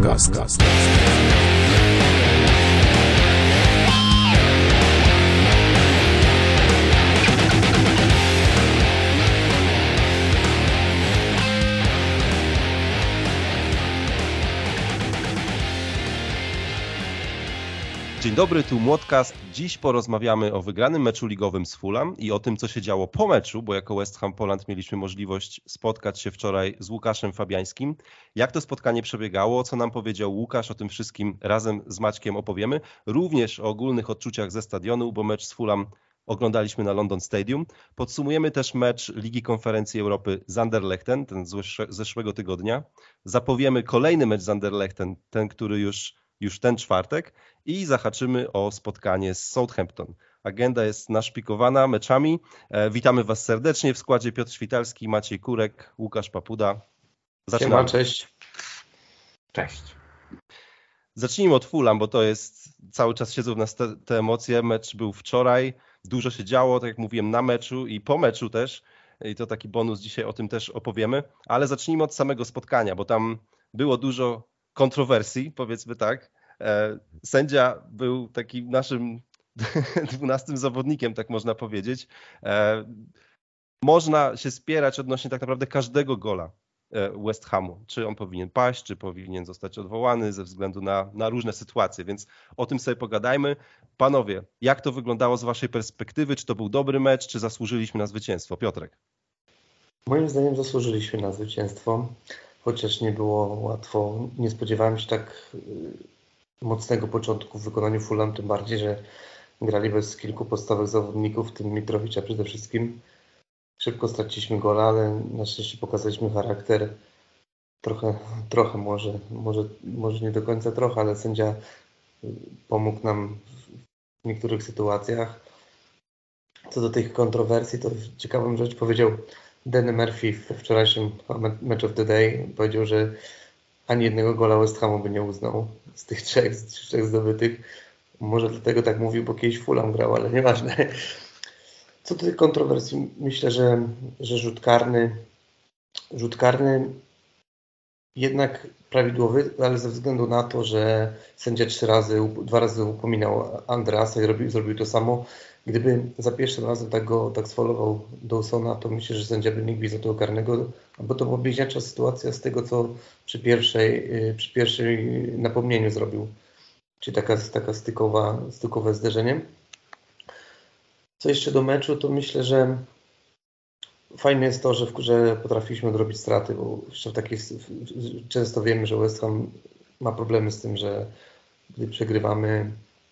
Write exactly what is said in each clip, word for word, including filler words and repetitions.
Podcast. Dzień dobry, tu Młotcast. Dziś porozmawiamy o wygranym meczu ligowym z Fulham i o tym, co się działo po meczu, bo jako West Ham Poland mieliśmy możliwość spotkać się wczoraj z Łukaszem Fabiańskim. Jak to spotkanie przebiegało, co nam powiedział Łukasz, o tym wszystkim razem z Maćkiem opowiemy. Również o ogólnych odczuciach ze stadionu, bo mecz z Fulham oglądaliśmy na London Stadium. Podsumujemy też mecz Ligi Konferencji Europy z Anderlechten, ten z zeszłego tygodnia. Zapowiemy kolejny mecz z Anderlechten, ten, który już już ten czwartek i zahaczymy o spotkanie z Southampton. Agenda jest naszpikowana meczami. Witamy Was serdecznie w składzie Piotr Świtalski, Maciej Kurek, Łukasz Papuda. Zaczynamy. Siema, cześć. Cześć. Zacznijmy od Fulham, bo to jest, cały czas siedzą w nas te, te emocje. Mecz był wczoraj, dużo się działo, tak jak mówiłem, na meczu i po meczu też. I to taki bonus, dzisiaj o tym też opowiemy. Ale zacznijmy od samego spotkania, bo tam było dużo kontrowersji, powiedzmy tak. Sędzia był takim naszym dwunastym zawodnikiem, tak można powiedzieć. Można się spierać odnośnie tak naprawdę każdego gola West Hamu. Czy on powinien paść, czy powinien zostać odwołany ze względu na, na różne sytuacje, więc o tym sobie pogadajmy. Panowie, jak to wyglądało z waszej perspektywy? Czy to był dobry mecz, czy zasłużyliśmy na zwycięstwo? Piotrek. Moim zdaniem zasłużyliśmy na zwycięstwo. Chociaż nie było łatwo, nie spodziewałem się tak mocnego początku w wykonaniu Fulham, tym bardziej, że grali bez kilku podstawowych zawodników, w tym Mitrowicza przede wszystkim. Szybko straciliśmy gola, ale na szczęście pokazaliśmy charakter. Trochę, trochę może, może, może nie do końca trochę, ale sędzia pomógł nam w niektórych sytuacjach. Co do tych kontrowersji, to ciekawą rzecz powiedział Danny Murphy w wczorajszym Match of the Day. Powiedział, że ani jednego gola West Hamu by nie uznał z tych trzech, z trzech zdobytych. Może dlatego tak mówił, bo kiedyś Fulham grał, ale nieważne. Co do tych kontrowersji, myślę, że, że rzut karny, rzut karny jednak prawidłowy, ale ze względu na to, że sędzia trzy razy, dwa razy upominał Andreasa i robił, zrobił to samo. Gdyby za pierwszym razem tak go tak sfaulował Dawsona, to myślę, że sędzia by nie gwizdał tego karnego, bo to była bliźniacza sytuacja z tego, co przy pierwszej, przy pierwszej napomnieniu zrobił. Czyli taka, taka stykowa, stykowe zderzenie. Co jeszcze do meczu, to myślę, że fajne jest to, że, w, że potrafiliśmy odrobić straty, bo jeszcze w takiej, często wiemy, że West Ham ma problemy z tym, że gdy przegrywamy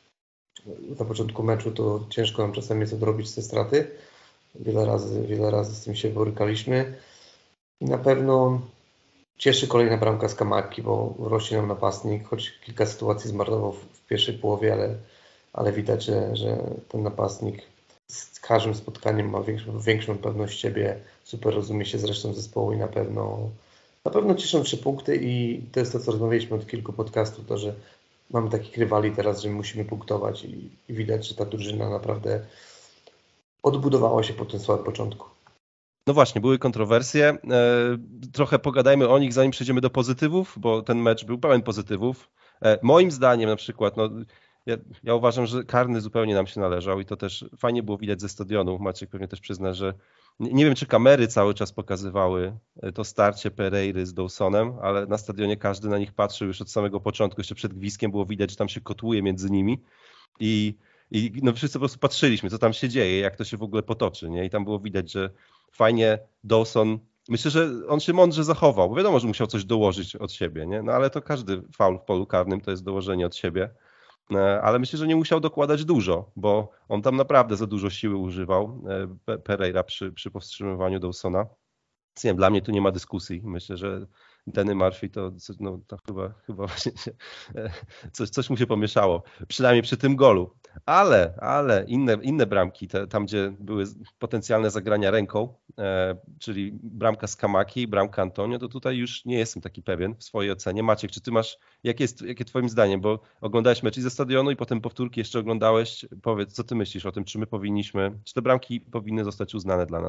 na początku meczu, to ciężko nam czasem jest odrobić te straty. Wiele razy, wiele razy z tym się borykaliśmy. I na pewno cieszy kolejna bramka z Kamaki, bo rośnie nam napastnik, choć kilka sytuacji zmarnował w, w pierwszej połowie, ale, ale widać, że, że ten napastnik z każdym spotkaniem ma większą, większą pewność siebie, super rozumie się z resztą zespołu i na pewno na pewno cieszą trzy punkty i to jest to, co rozmawialiśmy od kilku podcastów, to, że mamy takich rywali teraz, że musimy punktować i, i widać, że ta drużyna naprawdę odbudowała się po tym słabym początku. No właśnie, były kontrowersje. E, trochę pogadajmy o nich, zanim przejdziemy do pozytywów, bo ten mecz był pełen pozytywów. E, moim zdaniem na przykład, no, ja, ja uważam, że karny zupełnie nam się należał i to też fajnie było widać ze stadionu. Maciek pewnie też przyzna, że nie, nie wiem, czy kamery cały czas pokazywały to starcie Pereiry z Dawsonem, ale na stadionie każdy na nich patrzył już od samego początku. Jeszcze przed gwizdkiem było widać, że tam się kotłuje między nimi i, i no wszyscy po prostu patrzyliśmy, co tam się dzieje, jak to się w ogóle potoczy, nie? I tam było widać, że fajnie Dawson, myślę, że on się mądrze zachował, bo wiadomo, że musiał coś dołożyć od siebie, nie? No ale to każdy faul w polu karnym to jest dołożenie od siebie. Ale myślę, że nie musiał dokładać dużo, bo on tam naprawdę za dużo siły używał, Pereira przy, przy powstrzymywaniu Dawsona. Nie wiem, dla mnie tu nie ma dyskusji. Myślę, że Danny Murphy to, no, to chyba, chyba właśnie się, coś, coś mu się pomieszało, przynajmniej przy tym golu. Ale, ale inne, inne bramki, te, tam gdzie były potencjalne zagrania ręką, e, czyli bramka z Kamaki i bramka Antonio, to tutaj już nie jestem taki pewien w swojej ocenie. Maciek, czy ty masz, jakie jest jakie twoim zdaniem, bo oglądałeś mecz ze stadionu i potem powtórki jeszcze oglądałeś, powiedz, co ty myślisz o tym, czy my powinniśmy, czy te bramki powinny zostać uznane dla nas?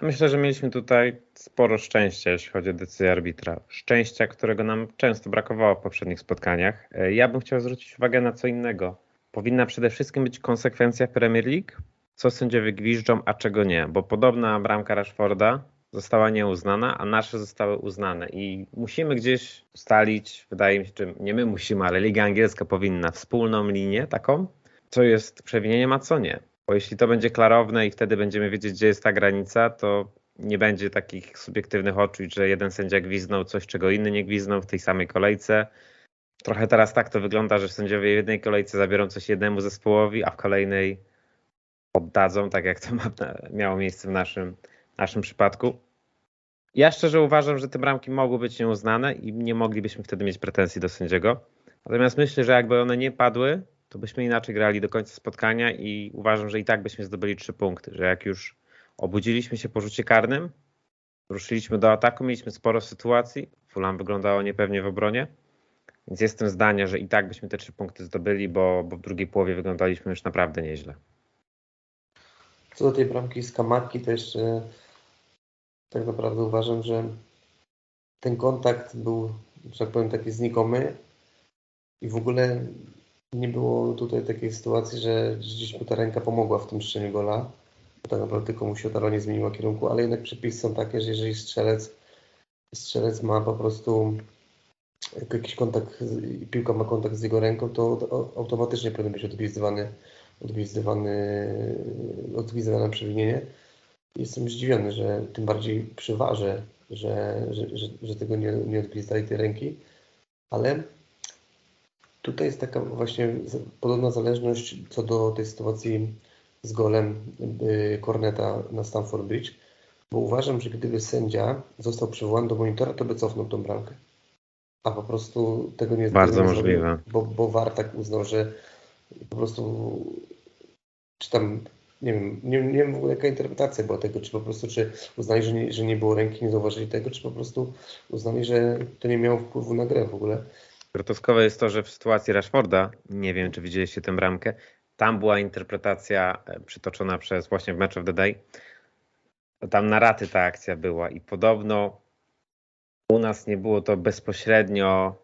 Myślę, że mieliśmy tutaj sporo szczęścia, jeśli chodzi o decyzję arbitra. Szczęścia, którego nam często brakowało w poprzednich spotkaniach. Ja bym chciał zwrócić uwagę na co innego. Powinna przede wszystkim być konsekwencja w Premier League, co sędziowie gwiżdżą, a czego nie. Bo podobna bramka Rashforda została nieuznana, a nasze zostały uznane. I musimy gdzieś ustalić, wydaje mi się, że nie my musimy, ale Liga Angielska powinna wspólną linię taką, co jest przewinieniem, a co nie. Bo jeśli to będzie klarowne i wtedy będziemy wiedzieć, gdzie jest ta granica, to nie będzie takich subiektywnych odczuć, że jeden sędzia gwizdnął coś, czego inny nie gwizdnął w tej samej kolejce. Trochę teraz tak to wygląda, że sędziowie w jednej kolejce zabiorą coś jednemu zespołowi, a w kolejnej oddadzą, tak jak to miało miejsce w naszym, naszym przypadku. Ja szczerze uważam, że te bramki mogły być nieuznane i nie moglibyśmy wtedy mieć pretensji do sędziego. Natomiast myślę, że jakby one nie padły, to byśmy inaczej grali do końca spotkania i uważam, że i tak byśmy zdobyli trzy punkty, że jak już obudziliśmy się po rzucie karnym, ruszyliśmy do ataku, mieliśmy sporo sytuacji, Fulham wyglądało niepewnie w obronie, więc jestem zdania, że i tak byśmy te trzy punkty zdobyli, bo, bo w drugiej połowie wyglądaliśmy już naprawdę nieźle. Co do tej bramki z Kamaki, to jeszcze tak naprawdę uważam, że ten kontakt był, że tak powiem, taki znikomy i w ogóle nie było tutaj takiej sytuacji, że gdzieś mu ta ręka pomogła w tym strzeniu gola. Bo tak naprawdę tylko mu się ta nie zmieniła kierunku, ale jednak przepisy są takie, że jeżeli strzelec, strzelec ma po prostu jakiś kontakt, piłka ma kontakt z jego ręką, to automatycznie powinien być odgwizdywany, odgwizdywany, odgwizdywane przewinienie. Jestem zdziwiony, że tym bardziej przy warze, że, że, że, że tego nie, nie odgwizdali tej ręki, ale tutaj jest taka właśnie podobna zależność co do tej sytuacji z golem Corneta na Stamford Bridge, bo uważam, że gdyby sędzia został przywołany do monitora, to by cofnął tą bramkę. A po prostu tego nie Bardzo tego nie możliwe. Zrobił, bo, bo V A R tak uznał, że po prostu czy tam, nie wiem, nie, nie wiem w ogóle jaka interpretacja była tego, czy po prostu, czy uznali, że nie, że nie było ręki, nie zauważyli tego, czy po prostu uznali, że to nie miało wpływu na grę w ogóle. Groteskowe jest to, że w sytuacji Rashforda, nie wiem czy widzieliście tę bramkę, tam była interpretacja przytoczona przez właśnie w Match of the Day. Tam na raty ta akcja była i podobno u nas nie było to bezpośrednio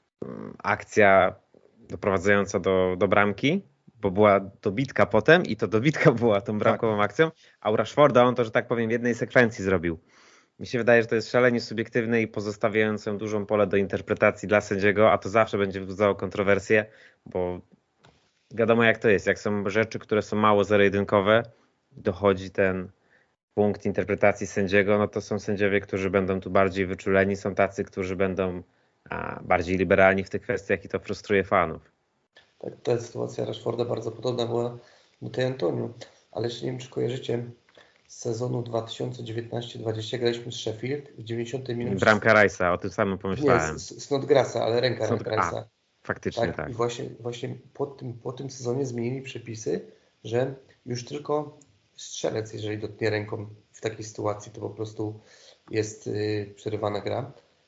akcja doprowadzająca do, do bramki, bo była dobitka potem i to dobitka była tą bramkową tak. akcją, a u Rashforda on to, że tak powiem, w jednej sekwencji zrobił. Mi się wydaje, że to jest szalenie subiektywne i pozostawiające dużą pole do interpretacji dla sędziego, a to zawsze będzie wzbudzało kontrowersje, bo wiadomo jak to jest. Jak są rzeczy, które są mało zero-jedynkowe, dochodzi ten punkt interpretacji sędziego, no to są sędziowie, którzy będą tu bardziej wyczuleni, są tacy, którzy będą a, bardziej liberalni w tych kwestiach i to frustruje fanów. Tak, ta sytuacja Rashforda bardzo podobna była do tej Antoniu, ale jeszcze nie wiem, czy kojarzycie, z sezonu dwa tysiące dziewiętnaście dwadzieścia graliśmy z Sheffield w dziewięćdziesiątej minucie. Bramka Rice'a, o tym samym pomyślałem. Nie, Snodgrassa, ale ręka Snod... Rice'a. Faktycznie tak. tak. I właśnie, właśnie po, tym, po tym sezonie zmienili przepisy, że już tylko strzelec, jeżeli dotknie ręką w takiej sytuacji, to po prostu jest yy, przerywana gra.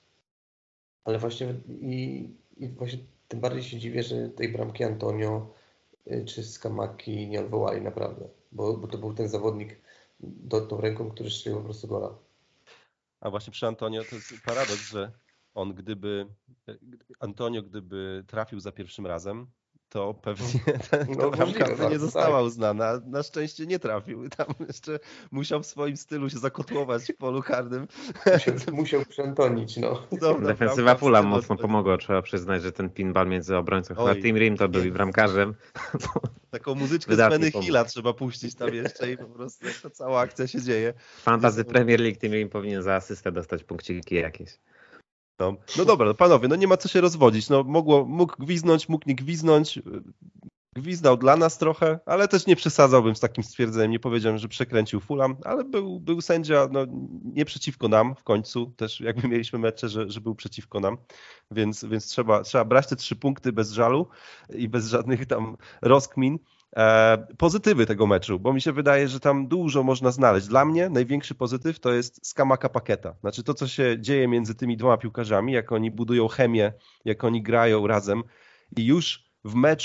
Ale właśnie i, i właśnie tym bardziej się dziwię, że tej bramki Antonio yy, czy Skamaki nie odwołali naprawdę, bo, bo to był ten zawodnik dotknął ręką, który strzelił po prostu gola. A właśnie przy Antonio to jest paradoks, że on gdyby, Antonio gdyby trafił za pierwszym razem, to pewnie ta, ta no, bramka by nie została tak. uznana. Na szczęście nie trafił. Tam jeszcze musiał w swoim stylu się zakotłować w polu karnym. Musiał, musiał przeantonić, no. Dobra, defensywa Fulham mocno pomogła. Trzeba przyznać, że ten pinball między obrońcą, chyba Tim Rim to był i bramkarzem. Taką muzyczkę z Benny Hilla trzeba puścić tam jeszcze i po prostu ta cała akcja się dzieje. Fantasy Premier League Tim Rim powinien za asystę dostać punkciki jakieś. No, no dobra, no panowie, no nie ma co się rozwodzić. No mogło, mógł gwiznąć, mógł nie gwiznąć. Gwizdał dla nas trochę, ale też nie przesadzałbym z takim stwierdzeniem. Nie powiedziałem, że przekręcił Fulham, ale był, był sędzia no, nie przeciwko nam w końcu. Też jakby mieliśmy mecze, że, że był przeciwko nam. Więc, więc trzeba, trzeba brać te trzy punkty bez żalu i bez żadnych tam rozkmin. E, pozytywy tego meczu, bo mi się wydaje, że tam dużo można znaleźć. Dla mnie największy pozytyw to jest Skamaka Paketa. Znaczy to, co się dzieje między tymi dwoma piłkarzami, jak oni budują chemię, jak oni grają razem i już w meczu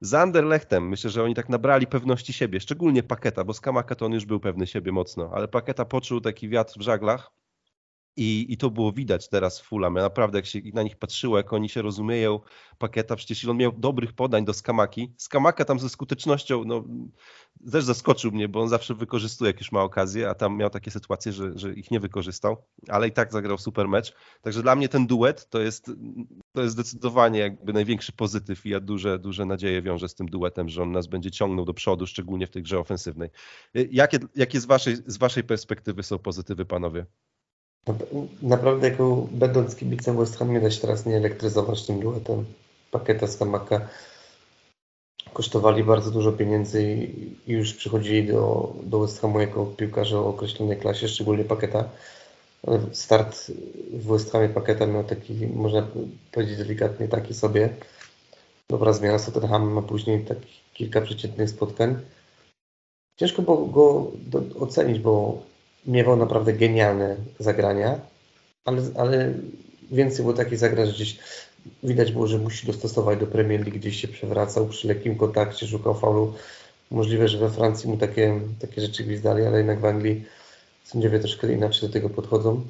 z Anderlechtem myślę, że oni tak nabrali pewności siebie, szczególnie Paketa, bo Skamaka to on już był pewny siebie mocno, ale Paketa poczuł taki wiatr w żaglach i, i to było widać teraz w Fulham. Naprawdę jak się na nich patrzyło, jak oni się rozumieją, Paketa, przecież on miał dobrych podań do Skamaki. Skamaka tam ze skutecznością, no też zaskoczył mnie, bo on zawsze wykorzystuje, jak już ma okazję, a tam miał takie sytuacje, że, że ich nie wykorzystał, ale i tak zagrał super mecz. Także dla mnie ten duet to jest, to jest zdecydowanie jakby największy pozytyw i ja duże, duże nadzieje wiążę z tym duetem, że on nas będzie ciągnął do przodu, szczególnie w tej grze ofensywnej. Jakie, jakie z waszej, z waszej perspektywy są pozytywy, panowie? Naprawdę, jako będąc kibicem West Ham, nie da się teraz nie elektryzować tym duetem. Paketa, Skamaka kosztowali bardzo dużo pieniędzy i już przychodzili do, do West Hamu jako piłkarze o określonej klasie, szczególnie Paketa. Start w West Hamie Paketa miał taki, można powiedzieć delikatnie, taki sobie. Dobra zmiana z Tottenhamem, a później tak kilka przeciętnych spotkań. Ciężko było go do, ocenić, bo miewał naprawdę genialne zagrania, ale, ale więcej było takich zagrań, że gdzieś widać było, że musi dostosować do Premier League, gdzieś się przewracał przy lekkim kontakcie, szukał faulu. Możliwe, że we Francji mu takie, takie rzeczy gwizdali, ale jednak w Anglii sędziowie troszkę inaczej do tego podchodzą.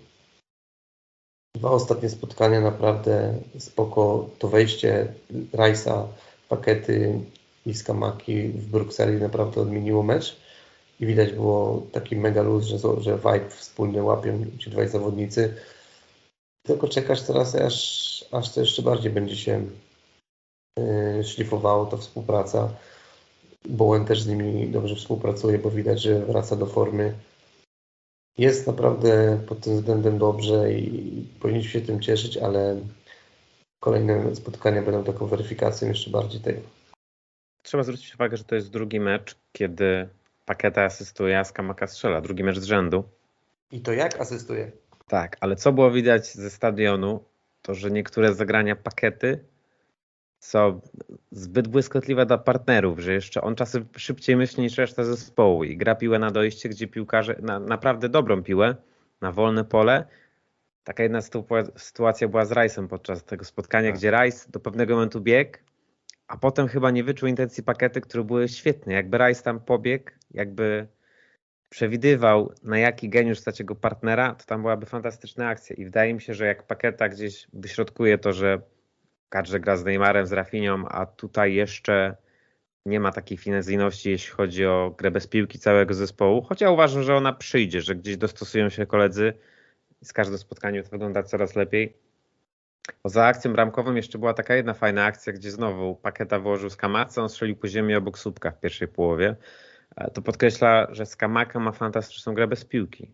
Dwa ostatnie spotkania naprawdę spoko. To wejście Rice'a, Pakety i Skamaki w Brukseli naprawdę odmieniło mecz. I widać było taki mega luz, że, że vibe wspólnie łapią ci dwaj zawodnicy. Tylko czekasz teraz, aż, aż to jeszcze bardziej będzie się yy, szlifowało ta współpraca. Bowen też z nimi dobrze współpracuje, bo widać, że wraca do formy. Jest naprawdę pod tym względem dobrze i powinniśmy się tym cieszyć, ale kolejne spotkania będą taką weryfikacją jeszcze bardziej tego. Trzeba zwrócić uwagę, że to jest drugi mecz, kiedy Paketa asystuje, a Skamaka strzela. Drugi mecz z rzędu. I to jak asystuje? Tak, ale co było widać ze stadionu, to że niektóre zagrania Pakety są zbyt błyskotliwe dla partnerów, że jeszcze on czasem szybciej myśli niż reszta zespołu i gra piłę na dojście, gdzie piłkarze, na naprawdę dobrą piłę, na wolne pole. Taka jedna sytuacja była z Rice'em podczas tego spotkania, tak, gdzie Rice do pewnego momentu biegł, a potem chyba nie wyczuł intencji Pakety, które były świetne. Jakby Rice tam pobiegł, jakby przewidywał, na jaki geniusz stać jego partnera, to tam byłaby fantastyczna akcja. I wydaje mi się, że jak Paketa gdzieś wyśrodkuje to, że kadrze gra z Neymarem, z Rafinhą, a tutaj jeszcze nie ma takiej finezyjności, jeśli chodzi o grę bez piłki całego zespołu. Choć ja uważam, że ona przyjdzie, że gdzieś dostosują się koledzy i z każdym spotkaniem to wygląda coraz lepiej. Poza akcją bramkową jeszcze była taka jedna fajna akcja, gdzie znowu Paketa włożył Skamace, on strzelił po ziemi obok słupka w pierwszej połowie. To podkreśla, że Skamaka ma fantastyczną grę bez piłki.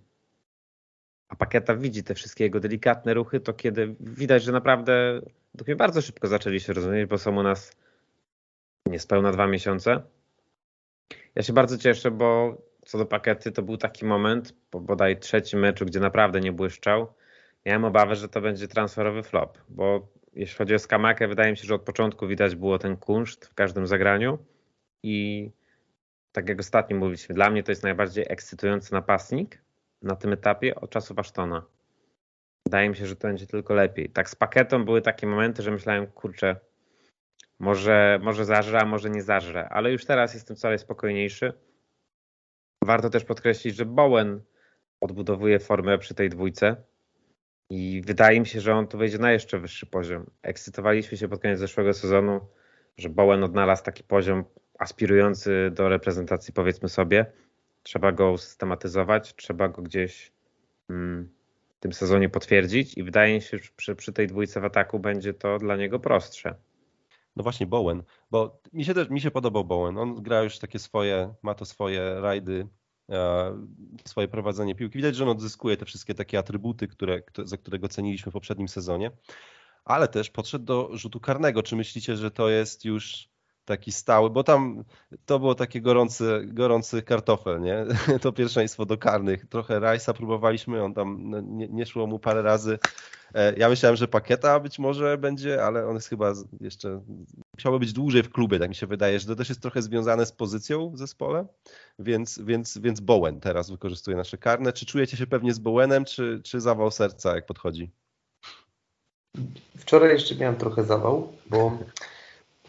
A Paketa widzi te wszystkie jego delikatne ruchy, to kiedy widać, że naprawdę bardzo szybko zaczęli się rozumieć, bo są u nas niespełna dwa miesiące. Ja się bardzo cieszę, bo co do Pakety to był taki moment, po bodaj trzecim meczu, gdzie naprawdę nie błyszczał. Miałem obawę, że to będzie transferowy flop, bo jeśli chodzi o Skamakę, wydaje mi się, że od początku widać było ten kunszt w każdym zagraniu i tak jak ostatnio mówiliśmy, dla mnie to jest najbardziej ekscytujący napastnik na tym etapie od czasów Ashtona. Wydaje mi się, że to będzie tylko lepiej. Tak z Paketą były takie momenty, że myślałem, kurczę, może, może zażre, a może nie zażre, ale już teraz jestem coraz spokojniejszy. Warto też podkreślić, że Bowen odbudowuje formę przy tej dwójce i wydaje mi się, że on tu wejdzie na jeszcze wyższy poziom. Ekscytowaliśmy się pod koniec zeszłego sezonu, że Bowen odnalazł taki poziom aspirujący do reprezentacji, powiedzmy sobie. Trzeba go systematyzować, trzeba go gdzieś hmm, w tym sezonie potwierdzić i wydaje mi się, że przy, przy tej dwójce w ataku będzie to dla niego prostsze. No właśnie Bowen, bo mi się też mi się podobał Bowen. On gra już takie swoje, ma to swoje rajdy, e, swoje prowadzenie piłki. Widać, że on odzyskuje te wszystkie takie atrybuty, które, za które go ceniliśmy w poprzednim sezonie, ale też podszedł do rzutu karnego. Czy myślicie, że to jest już taki stały, bo tam to było takie gorący, gorący kartofel, nie? To pierwszeństwo do karnych. Trochę Rice'a próbowaliśmy, on tam no, nie, nie szło mu parę razy. Ja myślałem, że Paketa być może będzie, ale on jest chyba jeszcze, musiałby być dłużej w klubie, tak mi się wydaje, że to też jest trochę związane z pozycją w zespole, więc, więc, więc Bowen teraz wykorzystuje nasze karne. Czy czujecie się pewnie z Bowenem, czy, czy zawał serca, jak podchodzi? Wczoraj jeszcze miałem trochę zawał, bo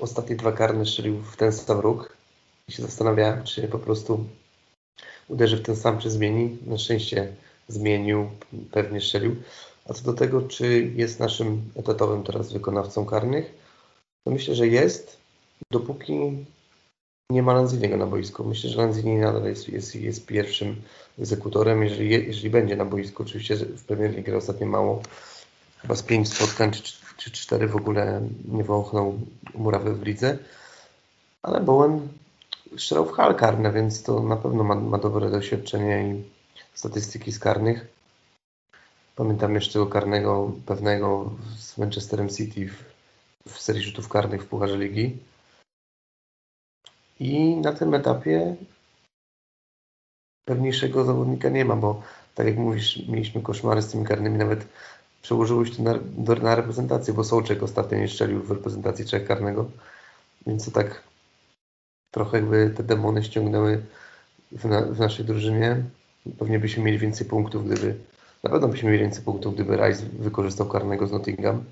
ostatnie dwa karne strzelił w ten sam róg i się zastanawiałem, czy po prostu uderzy w ten sam, czy zmieni. Na szczęście zmienił, pewnie strzelił. A co do tego, czy jest naszym etatowym teraz wykonawcą karnych, to myślę, że jest, dopóki nie ma Lanziniego na boisku. Myślę, że Lanzini nadal jest, jest, jest pierwszym egzekutorem, jeżeli, jeżeli będzie na boisku. Oczywiście w Premier League ostatnio mało, chyba z pięć spotkań czy, czy cztery w ogóle nie wąchnął murawy w lidze, ale Bowen strzelał w hal karne, więc to na pewno ma, ma dobre doświadczenie i statystyki z karnych. Pamiętam jeszcze tego karnego pewnego z Manchesterem City w, w serii rzutów karnych w Pucharze Ligi. I na tym etapie pewniejszego zawodnika nie ma, bo tak jak mówisz, mieliśmy koszmary z tymi karnymi, nawet przełożyło się to na, na reprezentację, bo Sołczek ostatnio nie strzelił w reprezentacji Czech karnego, więc to tak trochę jakby te demony ściągnęły w, na, w naszej drużynie. Pewnie byśmy mieli więcej punktów, gdyby na pewno byśmy mieli więcej punktów, gdyby Rice wykorzystał karnego z Nottingham.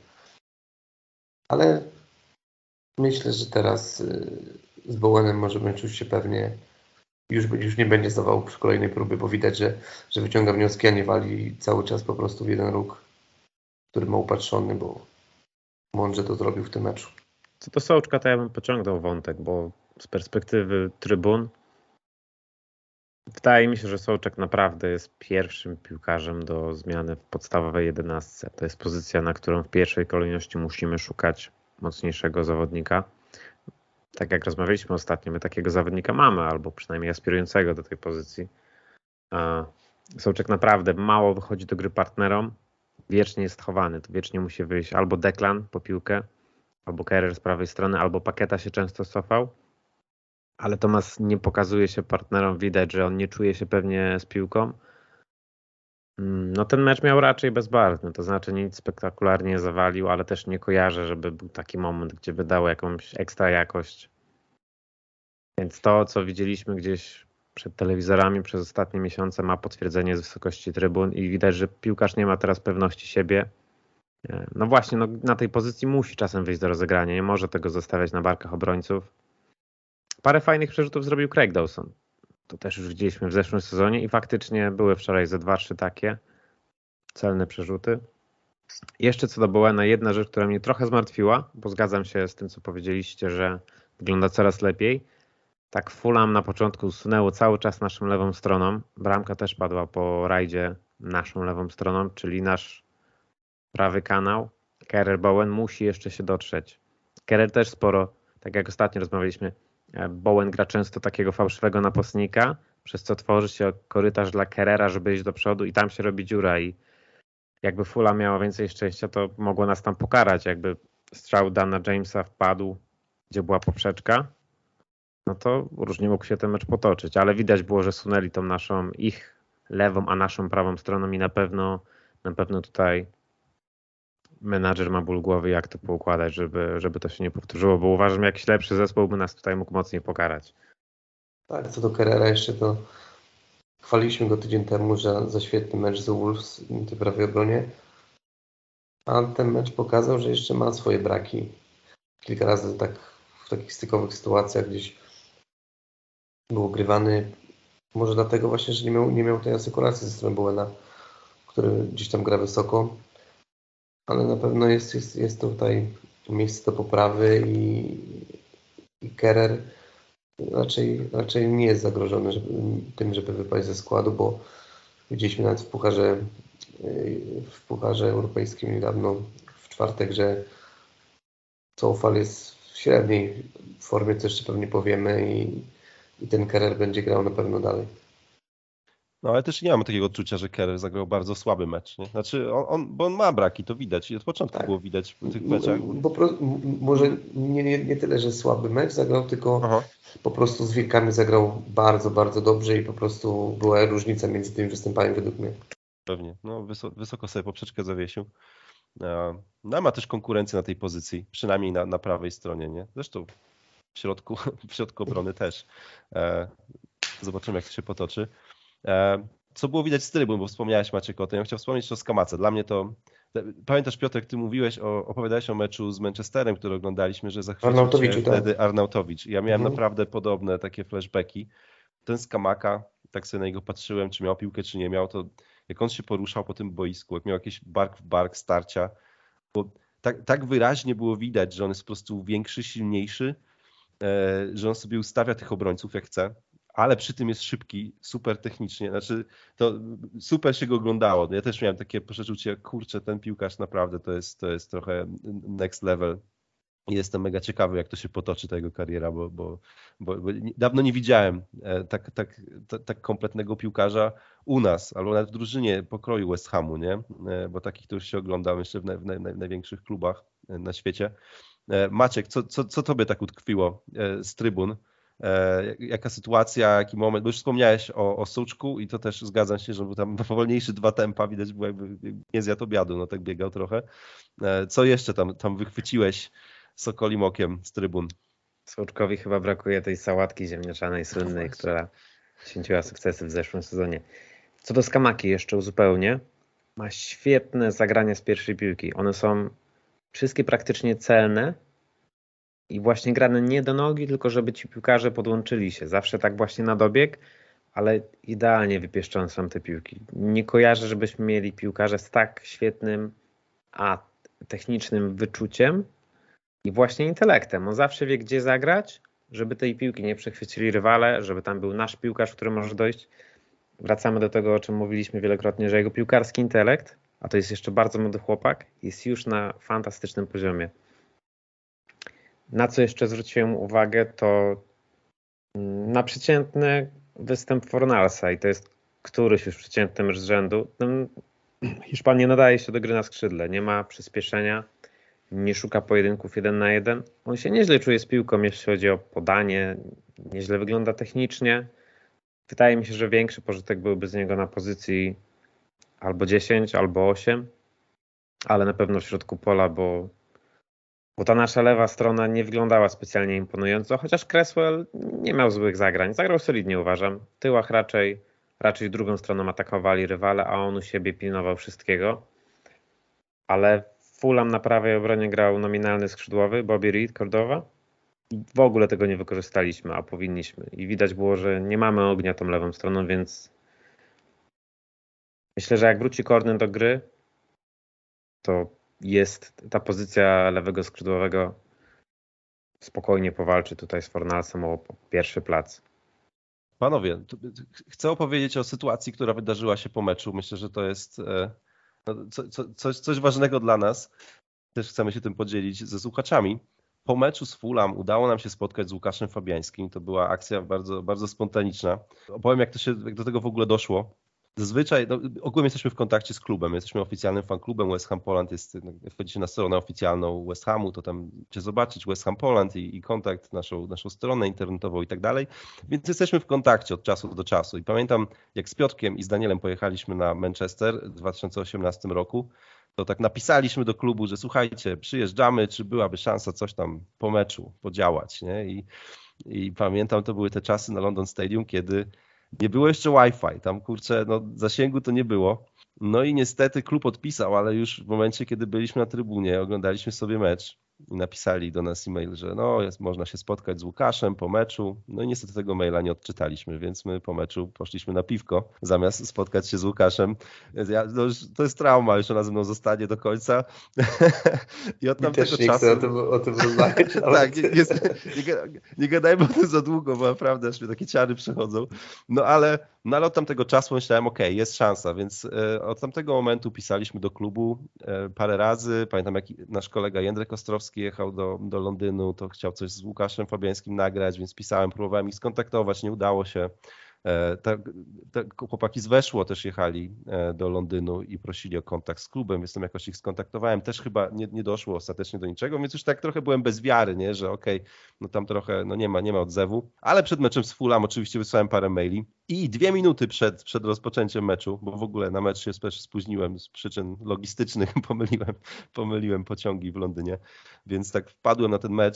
Ale myślę, że teraz z Bowenem możemy czuć się pewnie. Już, już nie będzie zdawał przy kolejnej próbie, bo widać, że, że wyciąga wnioski, a nie wali cały czas po prostu w jeden róg, który ma upatrzony, bo mądrze to zrobił w tym meczu. Co do Sołczka, to ja bym pociągnął wątek, bo z perspektywy trybun wydaje mi się, że Sołczek naprawdę jest pierwszym piłkarzem do zmiany w podstawowej jedenastce. To jest pozycja, na którą w pierwszej kolejności musimy szukać mocniejszego zawodnika. Tak jak rozmawialiśmy ostatnio, my takiego zawodnika mamy, albo przynajmniej aspirującego do tej pozycji. Sołczek naprawdę mało wychodzi do gry partnerom, wiecznie jest chowany, to wiecznie musi wyjść albo Declan po piłkę, albo Kerrer z prawej strony, albo Paqueta się często cofał, ale Tomas nie pokazuje się partnerom, widać, że on nie czuje się pewnie z piłką. No ten mecz miał raczej bezbarwny, to znaczy nic spektakularnie zawalił, ale też nie kojarzę, żeby był taki moment, gdzie wydało jakąś ekstra jakość. Więc to, co widzieliśmy gdzieś przed telewizorami przez ostatnie miesiące, ma potwierdzenie z wysokości trybun i widać, że piłkarz nie ma teraz pewności siebie. No właśnie, no na tej pozycji musi czasem wyjść do rozegrania, nie może tego zostawiać na barkach obrońców. Parę fajnych przerzutów zrobił Craig Dawson. To też już widzieliśmy w zeszłym sezonie i faktycznie były wczoraj ze dwa, trzy takie celne przerzuty. Jeszcze co do Bowena, jedna rzecz, która mnie trochę zmartwiła, bo zgadzam się z tym, co powiedzieliście, że wygląda coraz lepiej. Tak Fulham na początku usunęło cały czas naszą lewą stroną. Bramka też padła po rajdzie naszą lewą stroną, czyli nasz prawy kanał. Kerrer Bowen musi jeszcze się dotrzeć. Kerrer też sporo, tak jak ostatnio rozmawialiśmy, Bowen gra często takiego fałszywego napastnika, przez co tworzy się korytarz dla Kerrera, żeby iść do przodu i tam się robi dziura i jakby Fulham miała więcej szczęścia, to mogło nas tam pokarać. Jakby strzał Dana Jamesa wpadł, gdzie była poprzeczka, no to różnie mógł się ten mecz potoczyć, ale widać było, że sunęli tą naszą, ich lewą, a naszą prawą stroną i na pewno, na pewno tutaj menadżer ma ból głowy, jak to poukładać, żeby, żeby to się nie powtórzyło, bo uważam, jakiś lepszy zespół by nas tutaj mógł mocniej pokarać. Tak, co do Kerrera jeszcze, to chwaliliśmy go tydzień temu, że za świetny mecz z Wolves w tej prawej obronie, a ten mecz pokazał, że jeszcze ma swoje braki. Kilka razy tak w takich stykowych sytuacjach gdzieś był ogrywany, może dlatego właśnie, że nie miał, nie miał tej asekuracji ze strony Bowena, który gdzieś tam gra wysoko, ale na pewno jest, jest, jest tutaj miejsce do poprawy i, i Kerrer raczej, raczej nie jest zagrożony żeby, tym, żeby wypaść ze składu, bo widzieliśmy nawet w pucharze, w pucharze europejskim niedawno w czwartek, że Coufal jest w średniej formie, co jeszcze pewnie powiemy i, i ten Kerrer będzie grał na pewno dalej. No ale też nie mam takiego odczucia, że Kerrer zagrał bardzo słaby mecz. Nie? Znaczy, on, on, bo on ma braki, to widać i od początku tak było widać w tych meczach. Bo, bo, może nie, nie, nie tyle, że słaby mecz zagrał, tylko Aha. po prostu z Wilkami zagrał bardzo, bardzo dobrze i po prostu była różnica między tymi występami według mnie. Pewnie, no wysoko, wysoko sobie poprzeczkę zawiesił. No ma też konkurencję na tej pozycji, przynajmniej na, na prawej stronie, nie? Zresztą w środku, w środku obrony też. Zobaczymy, jak to się potoczy. Co było widać z trybun, bo wspomniałeś, Maciek, o tym. Ja chciałem wspomnieć o Skamace. Dla mnie to Pamiętasz, Piotrek, ty mówiłeś, o, opowiadałeś o meczu z Manchesterem, który oglądaliśmy, że zachwycił Arnautowicz, cię tak. wtedy Arnautowicz. Ja miałem Mhm. naprawdę podobne takie flashbacki. Ten Skamaka, tak sobie na niego patrzyłem, czy miał piłkę, czy nie miał, to jak on się poruszał po tym boisku, jak miał jakieś bark w bark starcia, bo tak, tak wyraźnie było widać, że on jest po prostu większy, silniejszy, że on sobie ustawia tych obrońców jak chce, ale przy tym jest szybki, super technicznie, znaczy to super się go oglądało. Ja też miałem takie przeczucie, kurczę, ten piłkarz naprawdę to jest, to jest trochę next level. I jestem mega ciekawy, jak to się potoczy, ta jego kariera, bo, bo, bo, bo dawno nie widziałem tak, tak, tak, tak kompletnego piłkarza u nas, albo nawet w drużynie pokroju West Hamu, nie? Bo takich to już się oglądał jeszcze w, naj, w, naj, w największych klubach na świecie. Maciek, co, co, co tobie tak utkwiło z trybun? Jaka sytuacja, jaki moment? Bo już wspomniałeś o, o Suczku i to też zgadzam się, że był tam powolniejszy dwa tempa, widać było jakby nie zjadł obiadu, no tak biegał trochę. Co jeszcze tam, tam wychwyciłeś sokolim okiem z trybun? Suczkowi chyba brakuje tej sałatki ziemniaczanej słynnej, no która święciła sukcesy w zeszłym sezonie. Co do Skamaki jeszcze uzupełnię. Ma świetne zagrania z pierwszej piłki. One są wszystkie praktycznie celne i właśnie grane nie do nogi, tylko żeby ci piłkarze podłączyli się. Zawsze tak właśnie na dobieg, ale idealnie wypieszczone są te piłki. Nie kojarzę, żebyśmy mieli piłkarze z tak świetnym, a technicznym wyczuciem i właśnie intelektem. On zawsze wie, gdzie zagrać, żeby tej piłki nie przechwycili rywale, żeby tam był nasz piłkarz, który może dojść. Wracamy do tego, o czym mówiliśmy wielokrotnie, że jego piłkarski intelekt, a to jest jeszcze bardzo młody chłopak, jest już na fantastycznym poziomie. Na co jeszcze zwróciłem uwagę, to na przeciętny występ Fornalsa i to jest któryś już przeciętny mecz z rzędu. Hiszpan nie nadaje się do gry na skrzydle, nie ma przyspieszenia, nie szuka pojedynków jeden na jeden. On się nieźle czuje z piłką, jeśli chodzi o podanie, nieźle wygląda technicznie. Wydaje mi się, że większy pożytek byłby z niego na pozycji albo dziesięć, albo osiem, ale na pewno w środku pola, bo, bo ta nasza lewa strona nie wyglądała specjalnie imponująco, chociaż Cresswell nie miał złych zagrań. Zagrał solidnie, uważam. W tyłach raczej, raczej drugą stroną atakowali rywale, a on u siebie pilnował wszystkiego. Ale Fulham na prawej obronie grał nominalny skrzydłowy Bobby Reed, Cordowa. I w ogóle tego nie wykorzystaliśmy, a powinniśmy. I widać było, że nie mamy ognia tą lewą stroną, więc myślę, że jak wróci Cornen do gry, to jest ta pozycja lewego skrzydłowego spokojnie powalczy tutaj z Fornalsem o pierwszy plac. Panowie, chcę opowiedzieć o sytuacji, która wydarzyła się po meczu. Myślę, że to jest no, co, co, coś, coś ważnego dla nas. Też chcemy się tym podzielić ze słuchaczami. Po meczu z Fulham udało nam się spotkać z Łukaszem Fabiańskim. To była akcja bardzo, bardzo spontaniczna. Opowiem, jak, to się, jak do tego w ogóle doszło. Zazwyczaj, no, ogólnie jesteśmy w kontakcie z klubem, jesteśmy oficjalnym fanklubem West Ham Poland, jest, jak wchodzicie na stronę oficjalną West Hamu, to tam cię zobaczyć West Ham Poland i, i kontakt, naszą, naszą stronę internetową i tak dalej, więc jesteśmy w kontakcie od czasu do czasu i pamiętam, jak z Piotrkiem i z Danielem pojechaliśmy na Manchester w dwa tysiące osiemnastym roku, to tak napisaliśmy do klubu, że słuchajcie, przyjeżdżamy, czy byłaby szansa coś tam po meczu podziałać, nie? I, i pamiętam, to były te czasy na London Stadium, kiedy nie było jeszcze Wi-Fi, tam kurczę, no zasięgu to nie było. No i niestety klub odpisał, ale już w momencie, kiedy byliśmy na trybunie, oglądaliśmy sobie mecz i napisali do nas e-mail, że no jest, można się spotkać z Łukaszem po meczu. No i niestety tego maila nie odczytaliśmy, więc my po meczu poszliśmy na piwko, zamiast spotkać się z Łukaszem. Ja, no już, to jest trauma, już ona ze mną zostanie do końca. I od tamtego też nie czasu... chcę o tym, o tym rozmawiać. Tak, nie, nie, nie, nie gadajmy o tym za długo, bo naprawdę aż mi takie ciary przechodzą. No ale, no ale od tamtego czasu myślałem, okej, okay, jest szansa, więc e, od tamtego momentu pisaliśmy do klubu e, parę razy. Pamiętam, jak nasz kolega Jędrek Ostrowski jechał do, do Londynu, to chciał coś z Łukaszem Fabiańskim nagrać, więc pisałem, próbowałem ich skontaktować, nie udało się. Te, te chłopaki z Weszło też jechali do Londynu i prosili o kontakt z klubem, więc tam jakoś ich skontaktowałem. Też chyba nie, nie doszło ostatecznie do niczego, więc już tak trochę byłem bez wiary, nie? Że okej, okay, no tam trochę no nie ma, nie ma odzewu. Ale przed meczem z Fulham oczywiście wysłałem parę maili i dwie minuty przed, przed rozpoczęciem meczu, bo w ogóle na mecz się spóźniłem z przyczyn logistycznych, pomyliłem, pomyliłem pociągi w Londynie, więc tak wpadłem na ten mecz.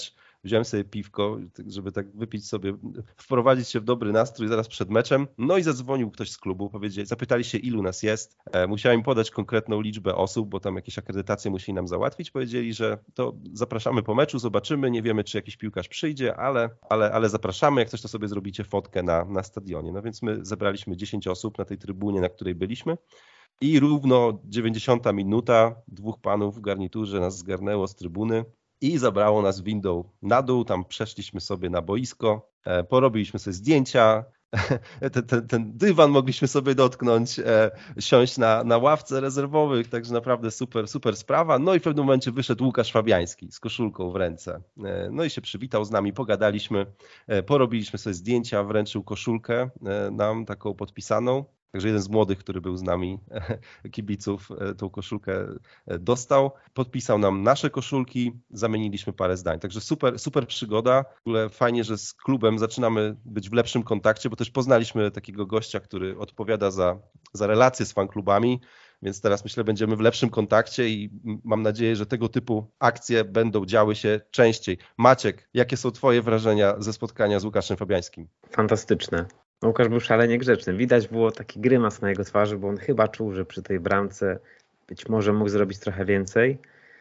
wziąłem sobie piwko, żeby tak wypić sobie, wprowadzić się w dobry nastrój zaraz przed meczem. No i zadzwonił ktoś z klubu, powiedzieli, zapytali się, ilu nas jest. Musiałem im podać konkretną liczbę osób, bo tam jakieś akredytacje musieli nam załatwić. Powiedzieli, że to zapraszamy po meczu, zobaczymy, nie wiemy, czy jakiś piłkarz przyjdzie, ale, ale, ale zapraszamy, jak coś to sobie zrobicie fotkę na, na stadionie. No więc my zebraliśmy dziesięć osób na tej trybunie, na której byliśmy. I równo dziewięćdziesiąta minuta, dwóch panów w garniturze nas zgarnęło z trybuny i zabrało nas windą na dół, tam przeszliśmy sobie na boisko, porobiliśmy sobie zdjęcia, ten, ten, ten dywan mogliśmy sobie dotknąć, siąść na, na ławce rezerwowych, także naprawdę super, super sprawa. No i w pewnym momencie wyszedł Łukasz Fabiański z koszulką w ręce. No i się przywitał z nami, pogadaliśmy, porobiliśmy sobie zdjęcia, wręczył koszulkę nam taką podpisaną. Także jeden z młodych, który był z nami, kibiców, tą koszulkę dostał. Podpisał nam nasze koszulki, zamieniliśmy parę zdań. Także super, super przygoda. W ogóle fajnie, że z klubem zaczynamy być w lepszym kontakcie, bo też poznaliśmy takiego gościa, który odpowiada za, za relacje z fanklubami, więc teraz myślę, będziemy w lepszym kontakcie i mam nadzieję, że tego typu akcje będą działy się częściej. Maciek, jakie są twoje wrażenia ze spotkania z Łukaszem Fabiańskim? Fantastyczne. Łukasz był szalenie grzeczny. Widać było taki grymas na jego twarzy, bo on chyba czuł, że przy tej bramce być może mógł zrobić trochę więcej.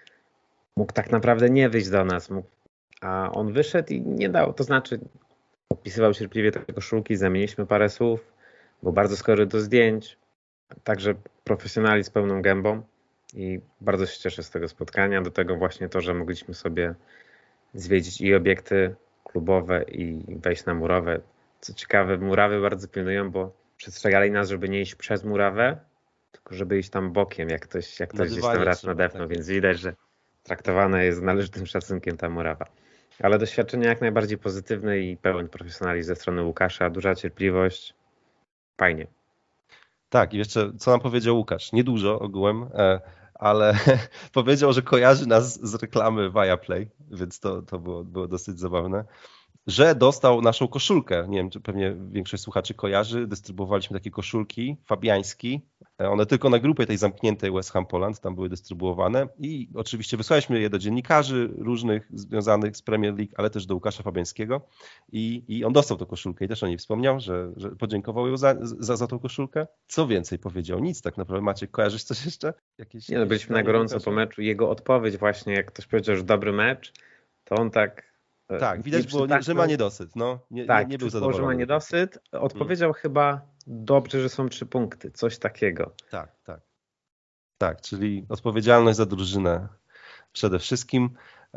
Mógł tak naprawdę nie wyjść do nas, mógł, a on wyszedł i nie dał. To znaczy podpisywał cierpliwie te koszulki, zamieniliśmy parę słów, był bardzo skory do zdjęć, także profesjonalizm z pełną gębą i bardzo się cieszę z tego spotkania. Do tego właśnie to, że mogliśmy sobie zwiedzić i obiekty klubowe i wejść na murowe. Co ciekawe, murawy bardzo pilnują, bo przestrzegali nas, żeby nie iść przez murawę, tylko żeby iść tam bokiem, jak ktoś, jak ktoś gdzieś tam raz nadepnął, tak. Więc widać, że traktowana jest z należytym szacunkiem ta murawa. Ale doświadczenie jak najbardziej pozytywne i pełen profesjonalizm ze strony Łukasza, duża cierpliwość, fajnie. Tak, i jeszcze co nam powiedział Łukasz, niedużo ogółem, ale powiedział, że kojarzy nas z reklamy Viaplay, więc to, to było, było dosyć zabawne. Że dostał naszą koszulkę. Nie wiem, czy pewnie większość słuchaczy kojarzy. Dystrybuowaliśmy takie koszulki, Fabiański. One tylko na grupie tej zamkniętej West Ham Poland tam były dystrybuowane i oczywiście wysłaliśmy je do dziennikarzy różnych związanych z Premier League, ale też do Łukasza Fabiańskiego i, i on dostał tę koszulkę i też o niej wspomniał, że, że podziękował ją za, za, za tą koszulkę. Co więcej powiedział? Nic tak naprawdę. Maciek, kojarzysz coś jeszcze? Jakieś, Nie, no, byliśmy na gorąco po meczu. Jego odpowiedź właśnie, jak ktoś powiedział, że dobry mecz, to on tak... Tak, widać było, nie, że ma niedosyt. No, nie, tak, nie, nie był zadowolony. że ma niedosyt. Odpowiedział hmm. chyba dobrze, że są trzy punkty. Coś takiego. Tak, tak. Tak, czyli odpowiedzialność za drużynę przede wszystkim.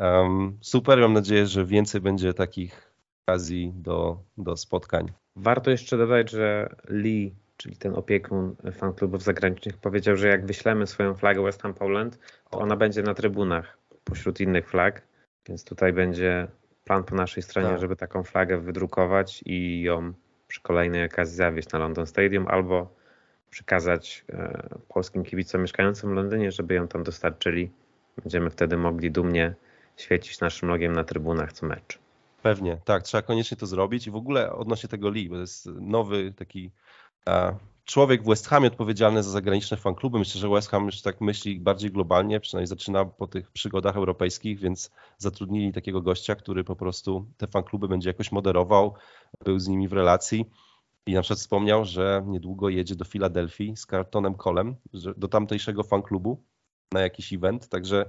Um, super, mam nadzieję, że więcej będzie takich okazji do, do spotkań. Warto jeszcze dodać, że Lee, czyli ten opiekun fanklubów zagranicznych, powiedział, że jak wyślemy swoją flagę West Ham Poland, to ona będzie na trybunach pośród innych flag, więc tutaj będzie plan po naszej stronie, tak. żeby taką flagę wydrukować i ją przy kolejnej okazji zawieźć na London Stadium albo przekazać e, polskim kibicom mieszkającym w Londynie, żeby ją tam dostarczyli. Będziemy wtedy mogli dumnie świecić naszym logiem na trybunach co mecz. Pewnie, tak, trzeba koniecznie to zrobić i w ogóle odnośnie tego Lee, bo to jest nowy taki a, człowiek w West Hamie odpowiedzialny za zagraniczne fankluby. Myślę, że West Ham już tak myśli bardziej globalnie, przynajmniej zaczyna po tych przygodach europejskich, więc zatrudnili takiego gościa, który po prostu te fankluby będzie jakoś moderował, był z nimi w relacji i na przykład wspomniał, że niedługo jedzie do Filadelfii z Carltonem Colem, do tamtejszego fanklubu na jakiś event, także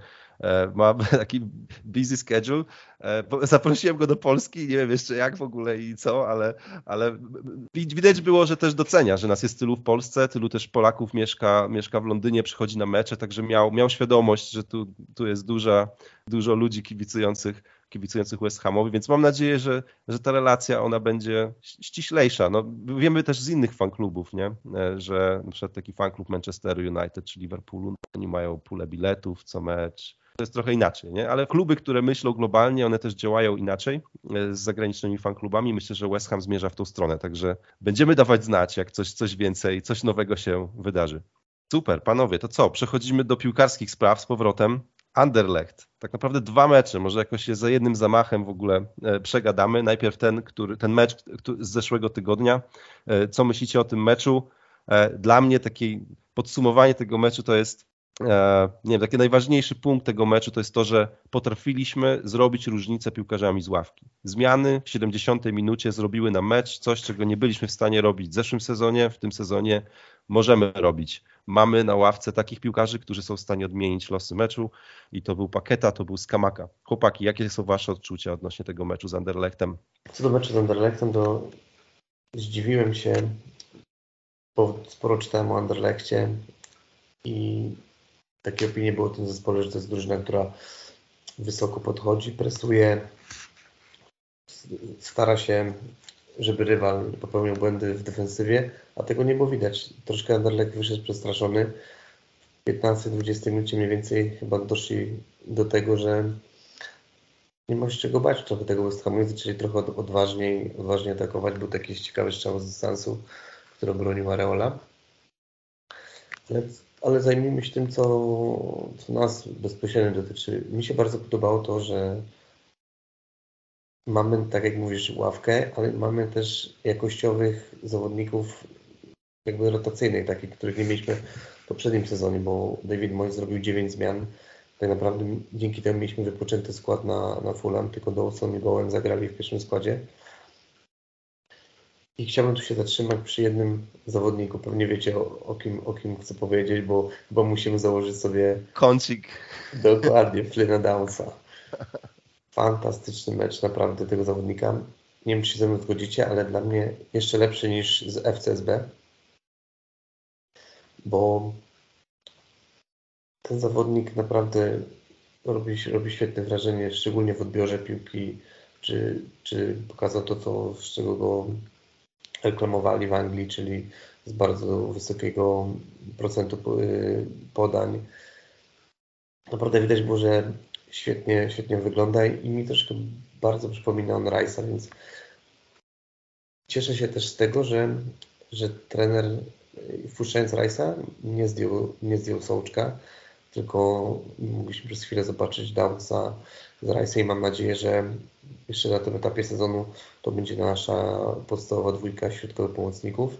ma taki busy schedule. Zaprosiłem go do Polski, nie wiem jeszcze jak w ogóle i co, ale, ale widać było, że też docenia, że nas jest tylu w Polsce, tylu też Polaków mieszka, mieszka w Londynie, przychodzi na mecze, także miał, miał świadomość, że tu, tu jest duża, dużo ludzi kibicujących, kibicujących West Hamowi, więc mam nadzieję, że, że ta relacja ona będzie ściślejsza. No, wiemy też z innych fanklubów, nie? Że na przykład taki fanklub Manchester United czy Liverpoolu, oni mają pulę biletów co mecz. To jest trochę inaczej, nie? Ale kluby, które myślą globalnie, one też działają inaczej z zagranicznymi fanklubami. Myślę, że West Ham zmierza w tą stronę, także będziemy dawać znać, jak coś, coś więcej, coś nowego się wydarzy. Super, panowie, to co? Przechodzimy do piłkarskich spraw z powrotem. Anderlecht. Tak naprawdę dwa mecze, może jakoś je za jednym zamachem w ogóle przegadamy. Najpierw ten, który, ten mecz z zeszłego tygodnia. Co myślicie o tym meczu? Dla mnie takie podsumowanie tego meczu to jest e, nie wiem, taki najważniejszy punkt tego meczu to jest to, że potrafiliśmy zrobić różnicę piłkarzami z ławki. Zmiany w siedemdziesiątej minucie zrobiły nam mecz, coś czego nie byliśmy w stanie robić w zeszłym sezonie, w tym sezonie możemy robić. Mamy na ławce takich piłkarzy, którzy są w stanie odmienić losy meczu i to był Paketa, to był Skamaka. Chłopaki, jakie są wasze odczucia odnośnie tego meczu z Anderlechtem? Co do meczu z Anderlechtem, to zdziwiłem się, bo sporo czytałem o Anderlechcie i takie opinie było o tym zespole, że to jest drużyna, która wysoko podchodzi, presuje, stara się, żeby rywal popełniał błędy w defensywie, a tego nie było widać. Troszkę Anderlecht wyszedł przestraszony. W piętnastej dwudziestej minucie mniej więcej chyba doszli do tego, że nie ma się czego bać trochę tego West Hamu i zaczęli trochę odważniej, odważniej atakować. Był taki ciekawy strzał z dystansu, który bronił Areola. Ale, ale zajmijmy się tym, co, co nas bezpośrednio dotyczy. Mi się bardzo podobało to, że mamy, tak jak mówisz, ławkę, ale mamy też jakościowych zawodników jakby rotacyjnych, takich, których nie mieliśmy w poprzednim sezonie, bo David Moyes zrobił dziewięć zmian. Tak naprawdę dzięki temu mieliśmy wypoczęty skład na, na Fulham, tylko Dawson i Bowen zagrali w pierwszym składzie. I chciałbym tu się zatrzymać przy jednym zawodniku. Pewnie wiecie, o, o, kim, o kim chcę powiedzieć, bo chyba musimy założyć sobie... Kącik. Dokładnie, Flyna Downsa. Fantastyczny mecz naprawdę tego zawodnika. Nie wiem, czy się ze mną zgodzicie, ale dla mnie jeszcze lepszy niż z F C S B. Bo ten zawodnik naprawdę robi, robi świetne wrażenie, szczególnie w odbiorze piłki, czy, czy pokazał to, co, z czego go reklamowali w Anglii, czyli z bardzo wysokiego procentu podań. Naprawdę widać było, że świetnie, świetnie wygląda i mi troszkę bardzo przypomina on Rice'a, więc cieszę się też z tego, że, że trener wpuszczając Rice'a nie zdjął, nie zdjął Sołczka, tylko mogliśmy przez chwilę zobaczyć Downsa z Rice'a i mam nadzieję, że jeszcze na tym etapie sezonu to będzie nasza podstawowa dwójka środkowych pomocników.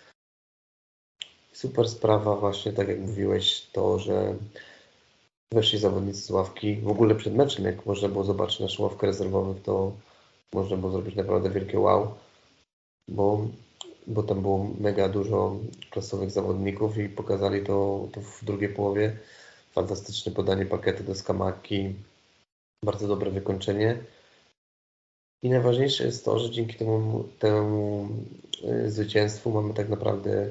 Super sprawa właśnie, tak jak mówiłeś, to, że weszli zawodnicy z ławki. W ogóle przed meczem, jak można było zobaczyć naszą ławkę rezerwowych, to można było zrobić naprawdę wielkie wow, bo, bo tam było mega dużo klasowych zawodników i pokazali to, to w drugiej połowie. Fantastyczne podanie Pakety do Skamaki, bardzo dobre wykończenie. I najważniejsze jest to, że dzięki temu, temu zwycięstwu mamy tak naprawdę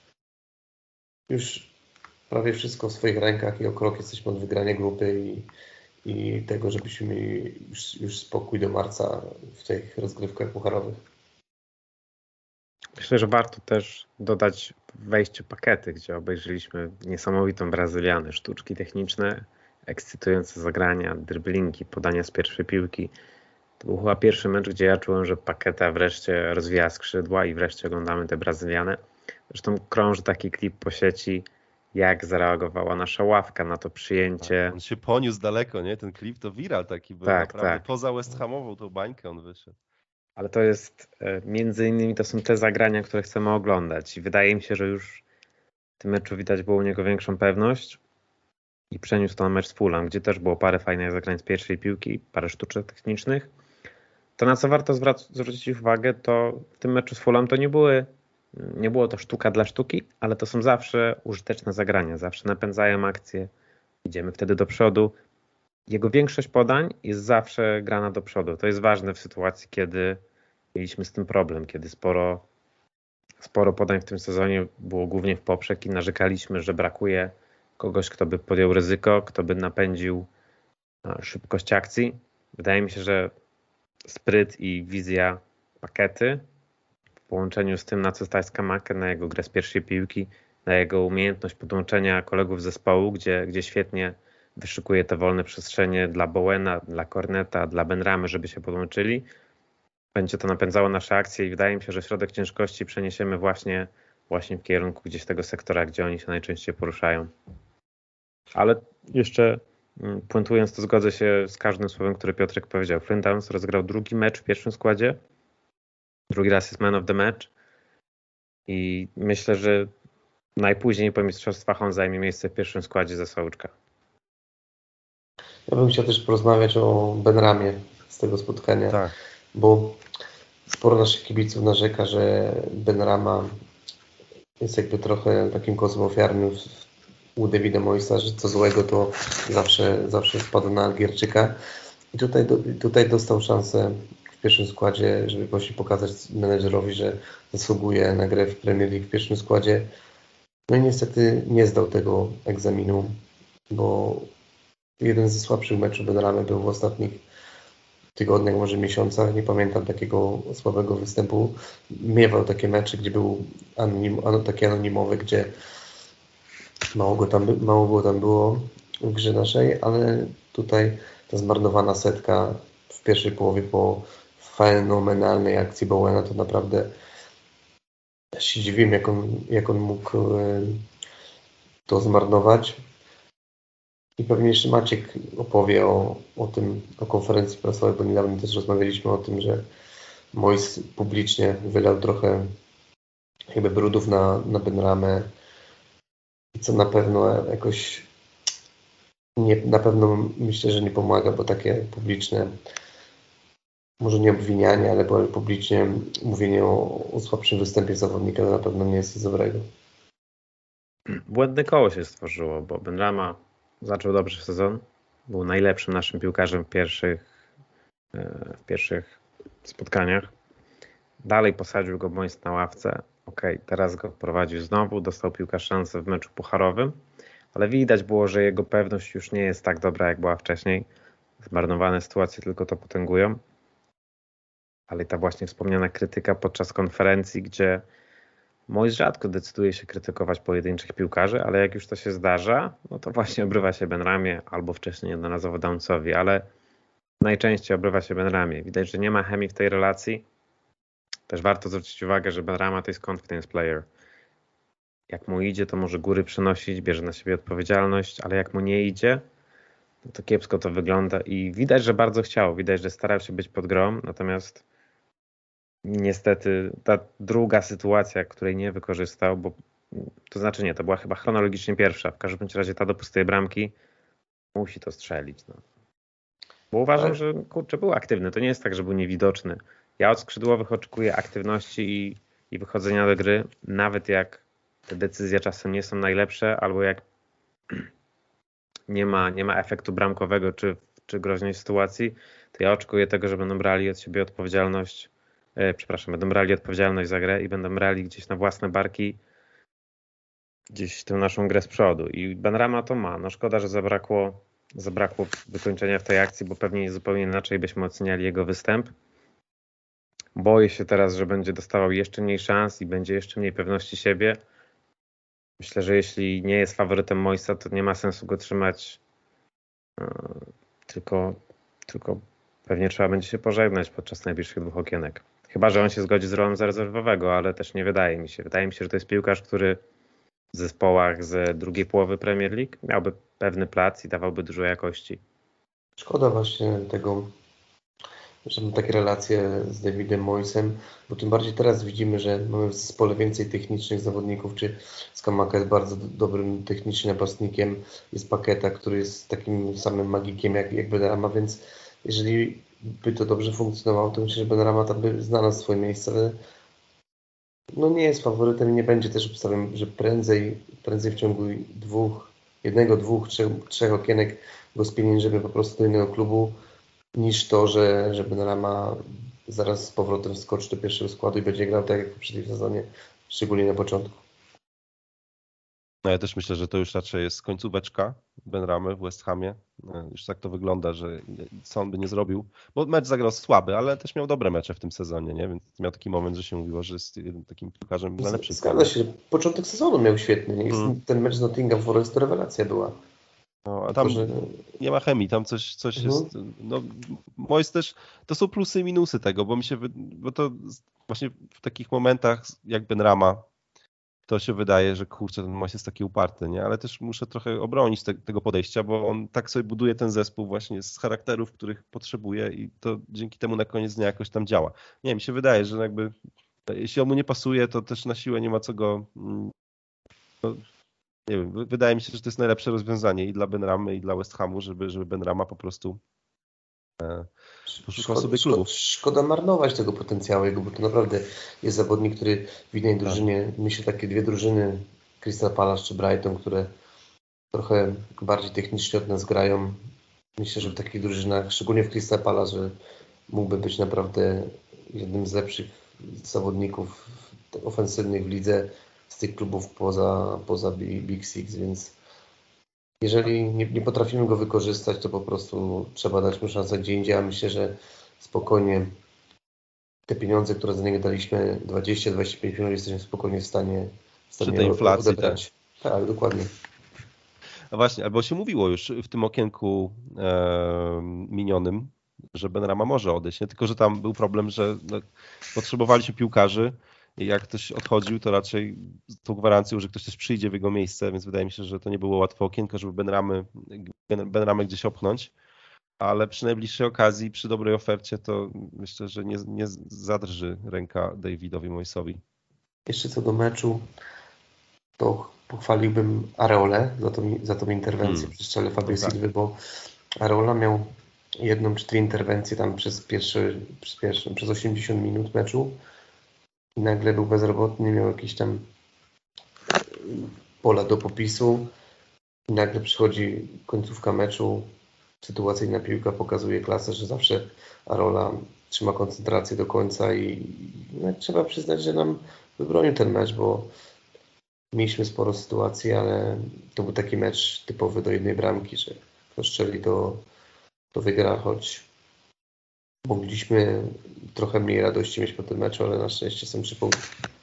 już prawie wszystko w swoich rękach i o krok jesteśmy od wygrania grupy i, i tego, żebyśmy mieli już, już spokój do marca w tych rozgrywkach pucharowych. Myślę, że warto też dodać w wejściu Pakety, gdzie obejrzeliśmy niesamowitą Brazylianę, sztuczki techniczne, ekscytujące zagrania, driblingi, podania z pierwszej piłki. To był chyba pierwszy mecz, gdzie ja czułem, że Paketa wreszcie rozwija skrzydła i wreszcie oglądamy tę Brazylianę. Zresztą krąży taki klip po sieci, jak zareagowała nasza ławka na to przyjęcie. Tak, on się poniósł daleko, nie? Ten klip to viral taki był, tak, naprawdę tak. Poza West Hamową tą bańkę on wyszedł. Ale to jest, między innymi to są te zagrania, które chcemy oglądać i wydaje mi się, że już w tym meczu widać było u niego większą pewność i przeniósł to na mecz z Fulham, gdzie też było parę fajnych zagrań z pierwszej piłki, parę sztuczek technicznych. To, na co warto zwrac- zwrócić uwagę, to w tym meczu z Fulham to nie były Nie było to sztuka dla sztuki, ale to są zawsze użyteczne zagrania, zawsze napędzają akcję, idziemy wtedy do przodu. Jego większość podań jest zawsze grana do przodu. To jest ważne w sytuacji, kiedy mieliśmy z tym problem, kiedy sporo, sporo podań w tym sezonie było głównie w poprzek i narzekaliśmy, że brakuje kogoś, kto by podjął ryzyko, kto by napędził szybkość akcji. Wydaje mi się, że spryt i wizja Pakety w połączeniu z tym, na co stać Skamakę, na jego grę z pierwszej piłki, na jego umiejętność podłączenia kolegów z zespołu, gdzie, gdzie świetnie wyszukuje te wolne przestrzenie dla Bowena, dla Corneta, dla Benramy, żeby się podłączyli. Będzie to napędzało nasze akcje i wydaje mi się, że środek ciężkości przeniesiemy właśnie, właśnie w kierunku gdzieś tego sektora, gdzie oni się najczęściej poruszają. Ale jeszcze puentując, to zgodzę się z każdym słowem, które Piotrek powiedział. Flynn Downs rozgrał drugi mecz w pierwszym składzie. Drugi raz jest man of the match. I myślę, że najpóźniej po mistrzostwach on zajmie miejsce w pierwszym składzie za Sołuczka. Ja bym chciał też porozmawiać o Benramie z tego spotkania, Tak. bo sporo naszych kibiców narzeka, że Benrama jest jakby trochę takim kozłem ofiarnym u Davida Moyesa, że co złego to zawsze, zawsze spada na Algierczyka. I tutaj, tutaj dostał szansę w pierwszym składzie, żeby właśnie pokazać menedżerowi, że zasługuje na grę w Premier League w pierwszym składzie. No i niestety nie zdał tego egzaminu, bo jeden ze słabszych meczów Benramy był w ostatnich tygodniach, może miesiącach. Nie pamiętam takiego słabego występu. Miewał takie mecze, gdzie był anonim, ano, taki anonimowy, gdzie mało go tam, mało go tam było w grze naszej, ale tutaj ta zmarnowana setka w pierwszej połowie po fenomenalnej akcji Bowena to naprawdę się dziwiłem, jak on, jak on mógł to zmarnować. I pewnie jeszcze Maciek opowie o, o tym, o konferencji prasowej, bo niedawno też rozmawialiśmy o tym, że Moyes publicznie wylał trochę jakby brudów na, na Benramę, co na pewno jakoś nie, na pewno myślę, że nie pomaga, bo takie publiczne, może nie obwinianie, ale publicznie mówienie o, o słabszym występie zawodnika to na pewno nie jest nic dobrego. Błędne koło się stworzyło, bo Benrama zaczął dobrze sezon, był najlepszym naszym piłkarzem w pierwszych, w pierwszych spotkaniach. Dalej posadził go Moyes na ławce. Okej, okay, teraz go prowadził znowu, dostał piłkarz szansę w meczu pucharowym, ale widać było, że jego pewność już nie jest tak dobra, jak była wcześniej. Zmarnowane sytuacje tylko to potęgują. Ale ta właśnie wspomniana krytyka podczas konferencji, gdzie Moyes rzadko decyduje się krytykować pojedynczych piłkarzy, ale jak już to się zdarza, no to właśnie obrywa się Benramie albo wcześniej jednorazowo Downsowi, ale najczęściej obrywa się Benramie. Widać, że nie ma chemii w tej relacji. Też warto zwrócić uwagę, że Benrama to jest confidence player. Jak mu idzie, to może góry przenosić, bierze na siebie odpowiedzialność, ale jak mu nie idzie, no to kiepsko to wygląda i widać, że bardzo chciał, widać, że starał się być pod grą, natomiast niestety ta druga sytuacja, której nie wykorzystał, bo to znaczy nie, to była chyba chronologicznie pierwsza, w każdym razie ta do pustej bramki, musi to strzelić. No. Bo uważam, tak. że kurczę, był aktywny, to nie jest tak, że był niewidoczny. Ja od skrzydłowych oczekuję aktywności i, i wychodzenia do gry, nawet jak te decyzje czasem nie są najlepsze, albo jak nie ma, nie ma efektu bramkowego czy, czy groźnej sytuacji, to ja oczekuję tego, że będą brali od siebie odpowiedzialność, e, przepraszam, będą brali odpowiedzialność za grę i będą brali gdzieś na własne barki gdzieś tę naszą grę z przodu. I Benrama to ma. No szkoda, że zabrakło, zabrakło wykończenia w tej akcji, bo pewnie zupełnie inaczej byśmy oceniali jego występ. Boję się teraz, że będzie dostawał jeszcze mniej szans i będzie jeszcze mniej pewności siebie. Myślę, że jeśli nie jest faworytem Moyesa, to nie ma sensu go trzymać. Tylko, tylko pewnie trzeba będzie się pożegnać podczas najbliższych dwóch okienek. Chyba że on się zgodzi z rolą zarezerwowego, ale też nie wydaje mi się. Wydaje mi się, że to jest piłkarz, który w zespołach z drugiej połowy Premier League miałby pewny plac i dawałby dużo jakości. Szkoda właśnie tego, że mam takie relacje z Davidem Moyesem, bo tym bardziej teraz widzimy, że mamy w zespole więcej technicznych zawodników, czy Skamaka jest bardzo do, dobrym technicznym napastnikiem, jest Paketa, który jest takim samym magikiem jak, jak Benrama, więc jeżeli by to dobrze funkcjonowało, to myślę, że Benrama tam by znalazł swoje miejsce, ale no nie jest faworytem i nie będzie też obstawiam, że prędzej, prędzej w ciągu dwóch, jednego, dwóch, trzech, trzech okienek go spieniężymy po prostu do innego klubu, niż to, że, że Benrama zaraz z powrotem skoczy do pierwszego składu i będzie grał tak jak w poprzednim sezonie, szczególnie na początku. No ja też myślę, że to już raczej jest końcóweczka Benramy w West Hamie. Już tak to wygląda, że co on by nie zrobił, bo mecz zagrał słaby, ale też miał dobre mecze w tym sezonie, nie? Więc miał taki moment, że się mówiło, że jest takim piłkarzem najlepszym. Zgadza się, początek sezonu miał świetny. Nie? Hmm. Ten mecz z Nottingham Forest to rewelacja była. No, a tam Tylko, że... nie ma chemii, tam coś, coś mhm. jest. No, Moyes też, to są plusy i minusy tego, bo mi się, bo to właśnie w takich momentach jak Benrama, to się wydaje, że kurczę, ten Moyes jest taki uparty, nie? Ale też muszę trochę obronić te, tego podejścia, bo on tak sobie buduje ten zespół właśnie z charakterów, których potrzebuje i to dzięki temu na koniec dnia jakoś tam działa. Nie, mi się wydaje, że jakby jeśli on mu nie pasuje, to też na siłę nie ma co go no, nie wiem, wydaje mi się, że to jest najlepsze rozwiązanie i dla Benramy, i dla West Hamu, żeby, żeby Benrama po prostu e, poszukał Szkoda, sobie szkoda, klubu. szkoda marnować tego potencjału jego, bo to naprawdę jest zawodnik, który w innej drużynie, myślę, takie dwie drużyny, Crystal Palace czy Brighton, które trochę bardziej technicznie od nas grają. Myślę, że w takich drużynach, szczególnie w Crystal Palace, że mógłby być naprawdę jednym z lepszych zawodników ofensywnych w lidze z tych klubów poza, poza Big Six, więc jeżeli nie, nie potrafimy go wykorzystać, to po prostu trzeba dać mu szansę gdzie indziej, a myślę, że spokojnie te pieniądze, które za niego daliśmy, dwadzieścia do dwudziestu pięciu milionów, jesteśmy spokojnie w stanie, w stanie Przy tej inflacji, odebrać. Tak, tak, dokładnie. A właśnie, albo się mówiło już w tym okienku e, minionym, że Benrahma może odejść, nie? Tylko że tam był problem, że no, potrzebowaliśmy piłkarzy i jak ktoś odchodził, to raczej z tą gwarancją, że ktoś też przyjdzie w jego miejsce, więc wydaje mi się, że to nie było łatwe okienko, żeby Benrahmy, Benrahmę gdzieś opchnąć, ale przy najbliższej okazji, przy dobrej ofercie, to myślę, że nie, nie zadrży ręka Davidowi Moyesowi. Jeszcze co do meczu, to pochwaliłbym Areolę za tą, za tą interwencję hmm. przy strzale Fabio no tak. Silva, bo Areola miał jedną czy dwie interwencje tam przez pierwszy, przez, pierwszy, przez osiemdziesiąt minut meczu i nagle był bezrobotny, miał jakieś tam pola do popisu i nagle przychodzi końcówka meczu, sytuacyjna piłka pokazuje klasę, że zawsze Areola trzyma koncentrację do końca i no, trzeba przyznać, że nam wybronił ten mecz, bo mieliśmy sporo sytuacji, ale to był taki mecz typowy do jednej bramki, że kto strzeli, to, to wygra, choć mogliśmy trochę mniej radości mieć po tym meczu, ale na szczęście są trzy punkty.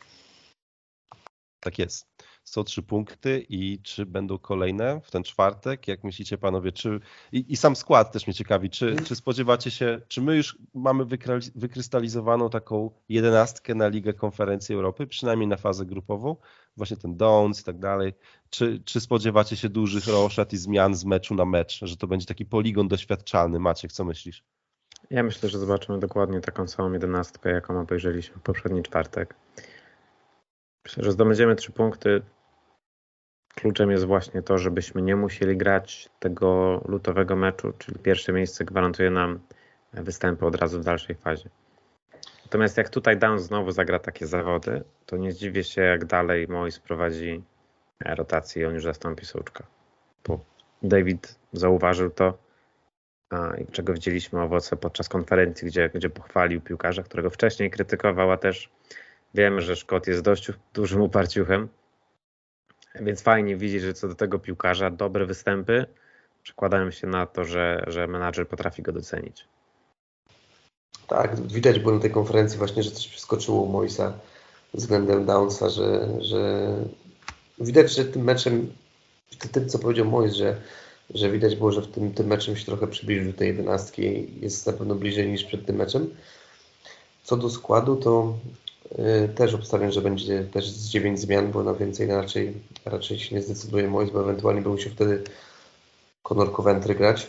Tak jest. Są trzy punkty i czy będą kolejne w ten czwartek? Jak myślicie panowie? Czy i, i sam skład też mnie ciekawi. Czy, hmm. czy spodziewacie się, czy my już mamy wykry, wykrystalizowaną taką jedenastkę na Ligę Konferencji Europy, przynajmniej na fazę grupową? Właśnie ten Dons i tak dalej. Czy, czy spodziewacie się dużych roszad i zmian z meczu na mecz? Że to będzie taki poligon doświadczalny? Maciek, co myślisz? Ja myślę, że zobaczymy dokładnie taką samą jedenastkę, jaką obejrzeliśmy w poprzedni czwartek. Myślę, że zdobędziemy trzy punkty. Kluczem jest właśnie to, żebyśmy nie musieli grać tego lutowego meczu, czyli pierwsze miejsce gwarantuje nam występy od razu w dalszej fazie. Natomiast jak tutaj Downs znowu zagra takie zawody, to nie zdziwię się, jak dalej Moyes prowadzi rotację i on już zastąpi Souczka. Bo David zauważył to, a, czego widzieliśmy owoce podczas konferencji, gdzie, gdzie pochwalił piłkarza, którego wcześniej krytykował, a też wiemy, że Szkot jest dość dużym uparciuchem. Więc fajnie widzieć, że co do tego piłkarza dobre występy przekładają się na to, że, że menadżer potrafi go docenić. Tak, widać było na tej konferencji właśnie, że coś przeskoczyło u Moyesa względem Downsa, że, że widać, że tym meczem, tym co powiedział Moyes, że, że widać było, że w tym, tym meczem się trochę przybliżył do tej jedenastki, jest na pewno bliżej niż przed tym meczem. Co do składu, to yy, też obstawiam, że będzie też z dziewięć zmian, bo na więcej raczej, raczej się nie zdecyduje Moyes, bo ewentualnie by musiał wtedy Conor Coventry grać.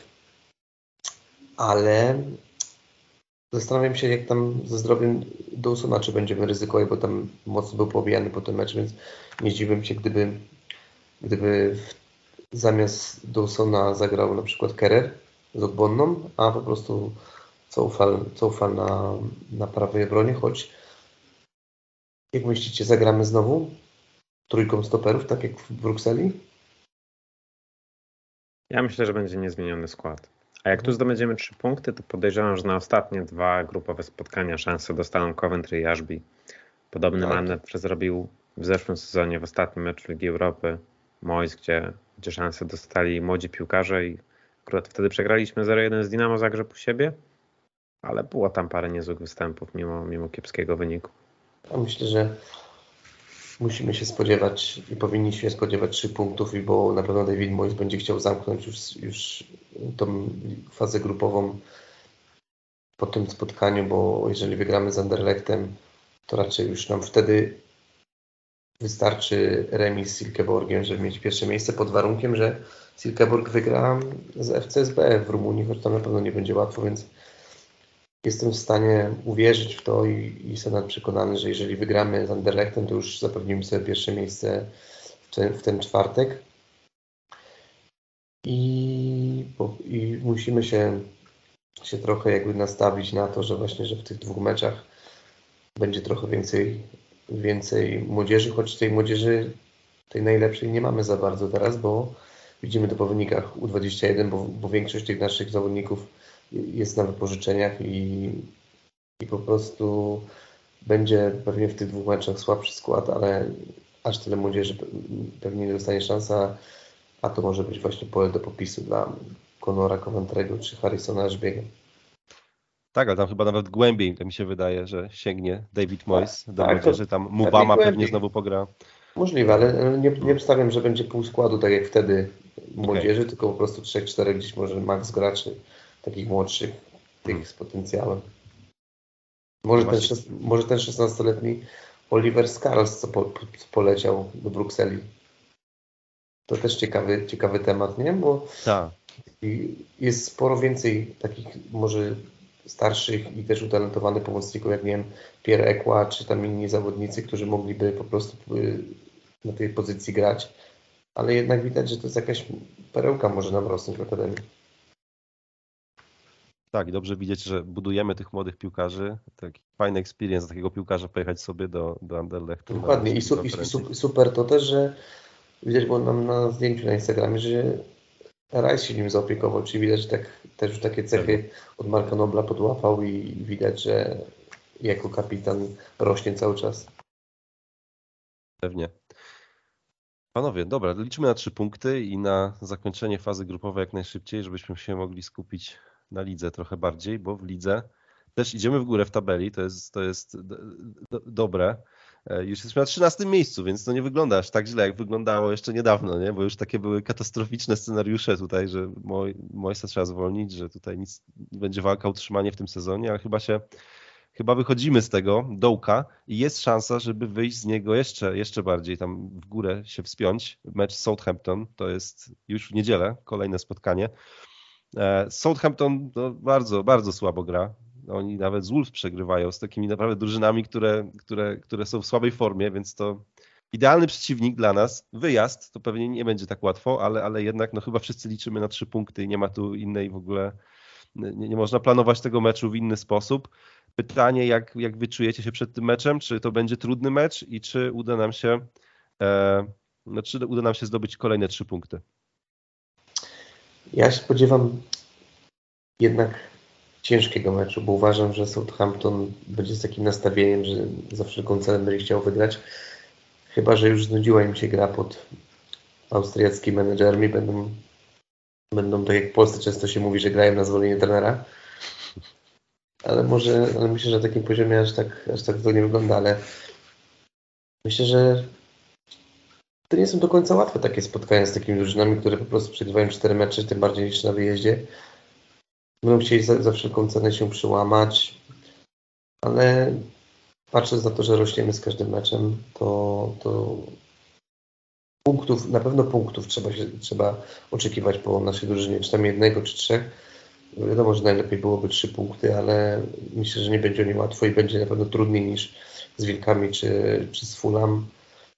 Ale zastanawiam się, jak tam ze zdrowiem Dawsona, czy będziemy ryzykować, bo tam mocno był pobijany po tym meczu, więc nie zdziwiłbym się, gdyby, gdyby w, zamiast Dawsona zagrał na przykład Kerrer z Ogbonną, a po prostu Coufal, Coufal na, na prawej obronie, choć jak myślicie, zagramy znowu trójką stoperów, tak jak w Brukseli? Ja myślę, że będzie niezmieniony skład. A jak tu zdobędziemy trzy punkty, to podejrzewam, że na ostatnie dwa grupowe spotkania szanse dostaną Coventry i Ashby. Podobny tak. manewr zrobił w zeszłym sezonie w ostatnim meczu Ligi Europy Moyes, gdzie, gdzie szanse dostali młodzi piłkarze i akurat wtedy przegraliśmy zero jeden z Dinamo Zagrzeb u siebie, ale było tam parę niezłych występów mimo, mimo kiepskiego wyniku. Ja myślę, że musimy się spodziewać i powinniśmy spodziewać trzy punktów, i bo na pewno David Moyes będzie chciał zamknąć już, już tą fazę grupową po tym spotkaniu, bo jeżeli wygramy z Anderlechtem, to raczej już nam wtedy wystarczy remis z Silkeborgiem, żeby mieć pierwsze miejsce, pod warunkiem, że Silkeborg wygra z F C S B w Rumunii, choć tam na pewno nie będzie łatwo, więc jestem w stanie uwierzyć w to i, i jestem przekonany, że jeżeli wygramy z Anderlechtem, to już zapewnimy sobie pierwsze miejsce w ten, w ten czwartek. I, i musimy się, się trochę jakby nastawić na to, że właśnie, że w tych dwóch meczach będzie trochę więcej, więcej młodzieży, choć tej młodzieży, tej najlepszej nie mamy za bardzo teraz, bo widzimy to po wynikach U dwadzieścia jeden, bo, bo większość tych naszych zawodników jest na wypożyczeniach i, i po prostu będzie pewnie w tych dwóch meczach słabszy skład, ale aż tyle młodzieży pewnie nie dostanie szansa, a to może być właśnie pole do popisu dla Conora Coventry'ego czy Harrisona Ashby'ego. Tak, ale tam chyba nawet głębiej, tak mi się wydaje, że sięgnie David Moyes tak, do tak, młodzieży. Tam Mubama pewnie głębiej. znowu pogra. Możliwe, ale nie, nie wstawiam, że będzie pół składu, tak jak wtedy młodzieży, okay. tylko po prostu trzech, czterech gdzieś może max graczy, takich młodszych, tych hmm. z potencjałem. Może, no ten, szes, może ten szesnastoletni Oliver Scarls, co, po, co poleciał do Brukseli. To też ciekawy, ciekawy temat, nie? Bo tak. jest sporo więcej takich może starszych i też utalentowanych pomocników, jak nie wiem, Pierre Ekła, czy tam inni zawodnicy, którzy mogliby po prostu na tej pozycji grać. Ale jednak widać, że to jest jakaś perełka może nam rosnąć w akademii. Tak, i dobrze widzieć, że budujemy tych młodych piłkarzy. Taki fajny experience takiego piłkarza pojechać sobie do, do Anderlechtu. Dokładnie. I, su, i su, super to też, że widać było nam na zdjęciu na Instagramie, że Rice się nim zaopiekował, czyli widać, że tak, też już takie cechy od Marka Nobla podłapał i widać, że jako kapitan rośnie cały czas. Pewnie. Panowie, dobra, liczymy na trzy punkty i na zakończenie fazy grupowej jak najszybciej, żebyśmy się mogli skupić na lidze trochę bardziej, bo w lidze też idziemy w górę w tabeli, to jest, to jest do, do, dobre. Już jesteśmy na trzynastym miejscu, więc to nie wygląda aż tak źle, jak wyglądało jeszcze niedawno, nie? Bo już takie były katastroficzne scenariusze tutaj, że Moyesa trzeba zwolnić, że tutaj nic, będzie walka o utrzymanie w tym sezonie, ale chyba się, chyba wychodzimy z tego dołka i jest szansa, żeby wyjść z niego jeszcze, jeszcze bardziej tam w górę się wspiąć. Mecz Southampton to jest już w niedzielę, kolejne spotkanie. Southampton to bardzo, bardzo słabo gra. Oni nawet z Wolves przegrywają z takimi naprawdę drużynami, które, które, które są w słabej formie, więc to idealny przeciwnik dla nas. Wyjazd to pewnie nie będzie tak łatwo, ale, ale jednak no chyba wszyscy liczymy na trzy punkty i nie ma tu innej w ogóle, nie, nie można planować tego meczu w inny sposób. Pytanie, jak, jak wy czujecie się przed tym meczem? Czy to będzie trudny mecz i czy uda nam się, e, no, czy uda nam się zdobyć kolejne trzy punkty? Ja się spodziewam jednak ciężkiego meczu, bo uważam, że Southampton będzie z takim nastawieniem, że za wszelką cenę będzie chciał wygrać. Chyba że już znudziła im się gra pod austriackimi menedżerami. Będą, będą, tak jak w Polsce często się mówi, że grają na zwolnienie trenera. Ale może, ale myślę, że na takim poziomie aż tak, aż tak to nie wygląda, ale myślę, że to nie są do końca łatwe takie spotkania z takimi drużynami, które po prostu przegrywają cztery mecze, tym bardziej niż na wyjeździe. Będą chcieli za, za wszelką cenę się przyłamać, ale patrząc na to, że rośniemy z każdym meczem, to, to punktów, na pewno punktów trzeba, się, trzeba oczekiwać po naszej drużynie, czy tam jednego, czy trzech. Wiadomo, że najlepiej byłoby trzy punkty, ale myślę, że nie będzie o nie łatwo i będzie na pewno trudniej niż z Wilkami czy, czy z Fulham.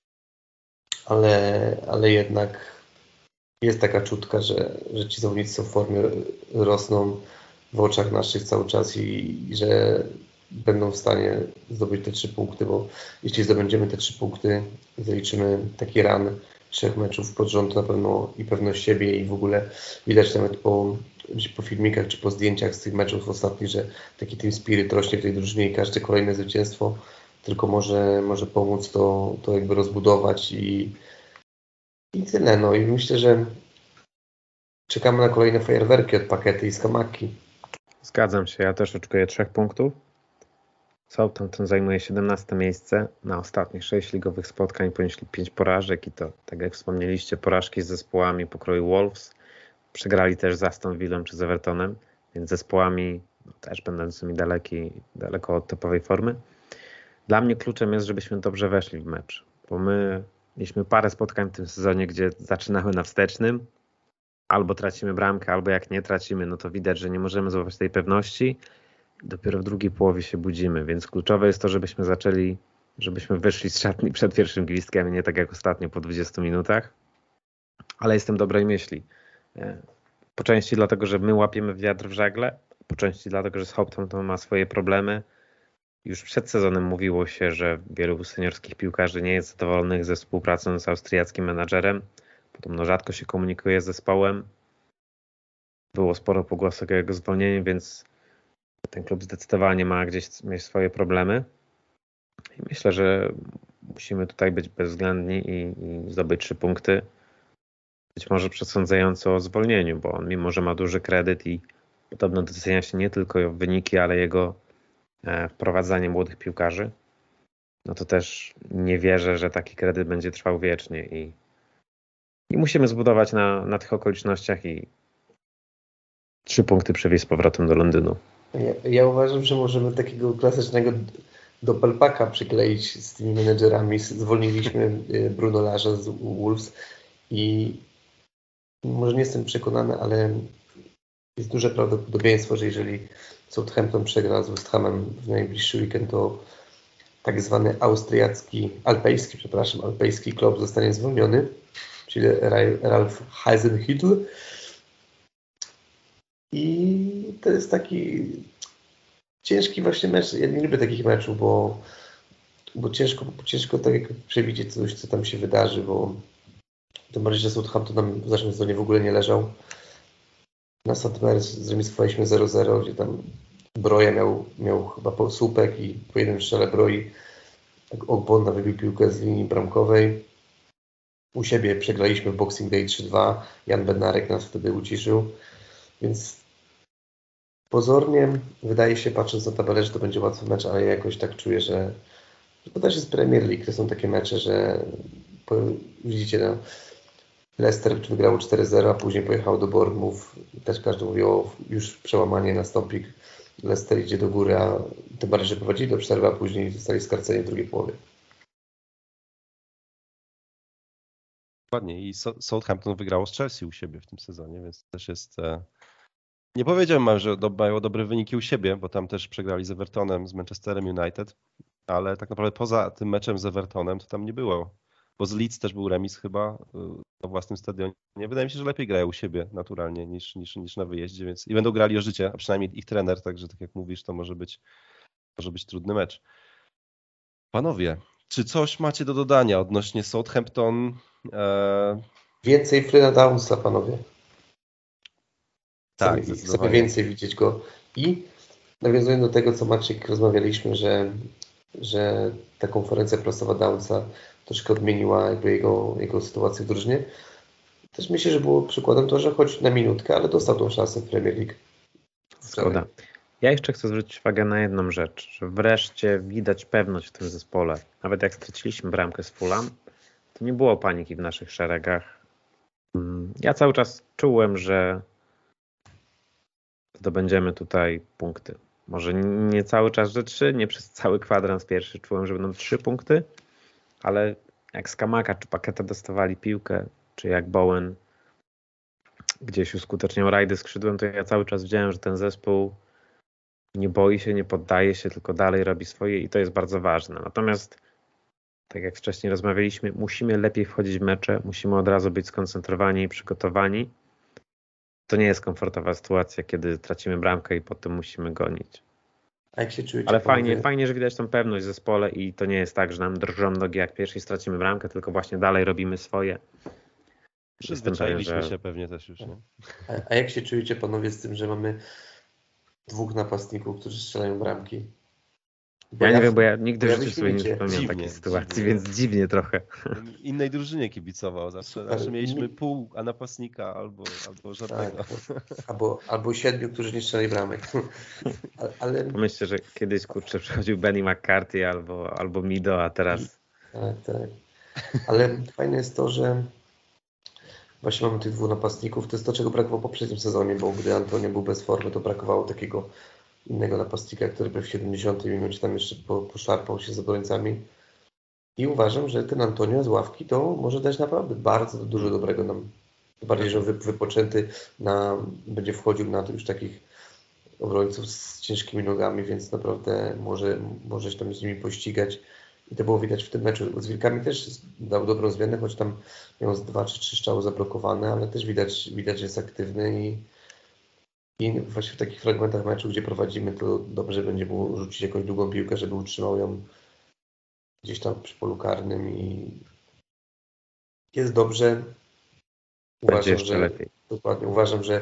Ale, ale jednak jest taka czutka, że, że ci zawodnicy są w formie, rosną w oczach naszych cały czas i, i że będą w stanie zdobyć te trzy punkty, bo jeśli zdobędziemy te trzy punkty, zaliczymy taki run trzech meczów pod rząd na pewno i pewność siebie i w ogóle widać nawet po, po filmikach czy po zdjęciach z tych meczów ostatnich, że taki team spirit rośnie w tej drużynie i każde kolejne zwycięstwo tylko może, może pomóc to, to jakby rozbudować i, i tyle. No i myślę, że czekamy na kolejne fajerwerki od Pakety i Skamaki. Zgadzam się, ja też oczekuję trzech punktów. Southampton zajmuje siedemnaste miejsce. Na ostatnich sześć ligowych spotkań ponieśli pięć porażek i to, tak jak wspomnieliście, porażki z zespołami pokroju Wolves. Przegrali też z Aston Villą czy z Evertonem, więc zespołami no, też będącymi daleki, daleko od topowej formy. Dla mnie kluczem jest, żebyśmy dobrze weszli w mecz, bo my mieliśmy parę spotkań w tym sezonie, gdzie zaczynamy na wstecznym, albo tracimy bramkę, albo jak nie tracimy, no to widać, że nie możemy złapać tej pewności. Dopiero w drugiej połowie się budzimy, więc kluczowe jest to, żebyśmy zaczęli żebyśmy wyszli z szatni przed pierwszym gwizdkiem, nie tak jak ostatnio po dwudziestu minutach. Ale jestem dobrej myśli. Po części dlatego, że my łapiemy wiatr w żagle, po części dlatego, że Southampton ma swoje problemy. Już przed sezonem mówiło się, że wielu seniorskich piłkarzy nie jest zadowolonych ze współpracą z austriackim menadżerem. Podobno rzadko się komunikuje z zespołem. Było sporo pogłosek o jego zwolnieniu, więc ten klub zdecydowanie ma gdzieś mieć swoje problemy. I myślę, że musimy tutaj być bezwzględni i, i zdobyć trzy punkty. Być może przesądzająco o zwolnieniu, bo on mimo, że ma duży kredyt i podobno docenia się nie tylko wyniki, ale jego wprowadzanie młodych piłkarzy, no to też nie wierzę, że taki kredyt będzie trwał wiecznie i, i musimy zbudować na, na tych okolicznościach i trzy punkty przewieźć z powrotem do Londynu. Ja, ja uważam, że możemy takiego klasycznego doppelpacka przykleić z tymi menedżerami. Zwolniliśmy Bruno Lage'a z Wolves i może nie jestem przekonany, ale jest duże prawdopodobieństwo, że jeżeli Southampton przegra z West Hamem w najbliższy weekend, to tak zwany austriacki, alpejski, przepraszam, alpejski klub zostanie zwolniony, czyli Ralf Hasenhüttl. I to jest taki ciężki właśnie mecz. Ja nie lubię takich meczów, bo, bo ciężko, ciężko tak jak przewidzieć coś, co tam się wydarzy, bo tym bardziej, że Southampton nam w zeszłym sezonie w ogóle nie leżał. Na Saint Mary's zremisowaliśmy zero zero, gdzie tam Broja miał, miał chyba po słupek i po jednym strzale Broi Ogbonna wybił piłkę z linii bramkowej. U siebie przegraliśmy w Boxing Day trzy dwa. Jan Bednarek nas wtedy uciszył. Więc pozornie wydaje się, patrząc na tabelę, że to będzie łatwy mecz, ale ja jakoś tak czuję, że, że to też jest Premier League. To są takie mecze, że po, widzicie, no, Leicester wygrało cztery zero, a później pojechał do Bournemouth. Też każdy mówił, o, już przełamanie nastąpi. Leicester idzie do góry, a tym bardziej, że prowadzili do przerwy, a później zostali skarceni w drugiej połowie. Dokładnie. I Southampton wygrało z Chelsea u siebie w tym sezonie, więc też jest... Nie powiedziałem, że mają dobre wyniki u siebie, bo tam też przegrali z Evertonem, z Manchesterem United, ale tak naprawdę poza tym meczem z Evertonem to tam nie było. Bo z Leeds też był remis chyba na własnym stadionie. Wydaje mi się, że lepiej grają u siebie naturalnie niż, niż, niż na wyjeździe, więc i będą grali o życie, a przynajmniej ich trener, także tak jak mówisz, to może być, może być trudny mecz. Panowie, czy coś macie do dodania odnośnie Southampton? E... Więcej Freda Downsa, panowie. Tak, chcemy, chcemy więcej widzieć go. I nawiązując do tego, co Maciek rozmawialiśmy, że, że ta konferencja prasowa Downsa troszkę odmieniła jakby jego, jego sytuację w drużynie. Też myślę, że było przykładem to, że choć na minutkę, ale dostał tą szansę w Premier League. Zgoda. Ja jeszcze chcę zwrócić uwagę na jedną rzecz, że wreszcie widać pewność w tym zespole. Nawet jak straciliśmy bramkę z Fulham, to nie było paniki w naszych szeregach. Ja cały czas czułem, że zdobędziemy tutaj punkty. Może nie cały czas, że trzy, nie przez cały kwadrans pierwszy czułem, że będą trzy punkty, ale jak Skamaka czy Paketa dostawali piłkę, czy jak Bowen gdzieś uskuteczniał rajdy skrzydłem, to ja cały czas widziałem, że ten zespół nie boi się, nie poddaje się, tylko dalej robi swoje i to jest bardzo ważne. Natomiast tak jak wcześniej rozmawialiśmy, musimy lepiej wchodzić w mecze, musimy od razu być skoncentrowani i przygotowani. To nie jest komfortowa sytuacja, kiedy tracimy bramkę i potem musimy gonić. A jak się czujecie? Ale fajnie, fajnie, że widać tą pewność w zespole i to nie jest tak, że nam drżą nogi jak pierwszy stracimy bramkę, tylko właśnie dalej robimy swoje. Przyzwyczailiśmy że... się pewnie też już. Nie? A, a jak się czujecie, panowie, z tym, że mamy dwóch napastników, którzy strzelają bramki? Bo ja nie ja, wiem, bo ja nigdy w życiu sobie nie przypomniałem takiej sytuacji, dziwnie. Więc dziwnie trochę. Innej drużynie kibicował zawsze. Zawsze mieliśmy pół a napastnika albo, albo żadnego. Tak, albo, albo siedmiu, którzy nie strzelali bramek. Ale... Myślę, że kiedyś, kurczę, przychodził Benny McCarthy albo, albo Mido, a teraz... Tak, tak. Ale fajne jest to, że właśnie mamy tych dwóch napastników. To jest to, czego brakowało w poprzednim sezonie, bo gdy Antonio był bez formy, to brakowało takiego innego napastnika, który by w siedemdziesiątej minucie tam jeszcze po, poszarpał się z obrońcami. I uważam, że ten Antonio z ławki to może dać naprawdę bardzo dużo dobrego nam. Bardziej, że wypoczęty na, będzie wchodził na to już takich obrońców z ciężkimi nogami, więc naprawdę może, może się tam z nimi pościgać I to było widać w tym meczu. Z Wilkami też dał dobrą zmianę, choć tam miał z dwa czy trzy strzały zablokowane, ale też widać, widać że jest aktywny i, i właśnie w takich fragmentach meczu, gdzie prowadzimy, to dobrze będzie mu rzucić jakąś długą piłkę, żeby utrzymał ją gdzieś tam przy polu karnym i jest dobrze. Będzie jeszcze że, lepiej. Dokładnie. Uważam, że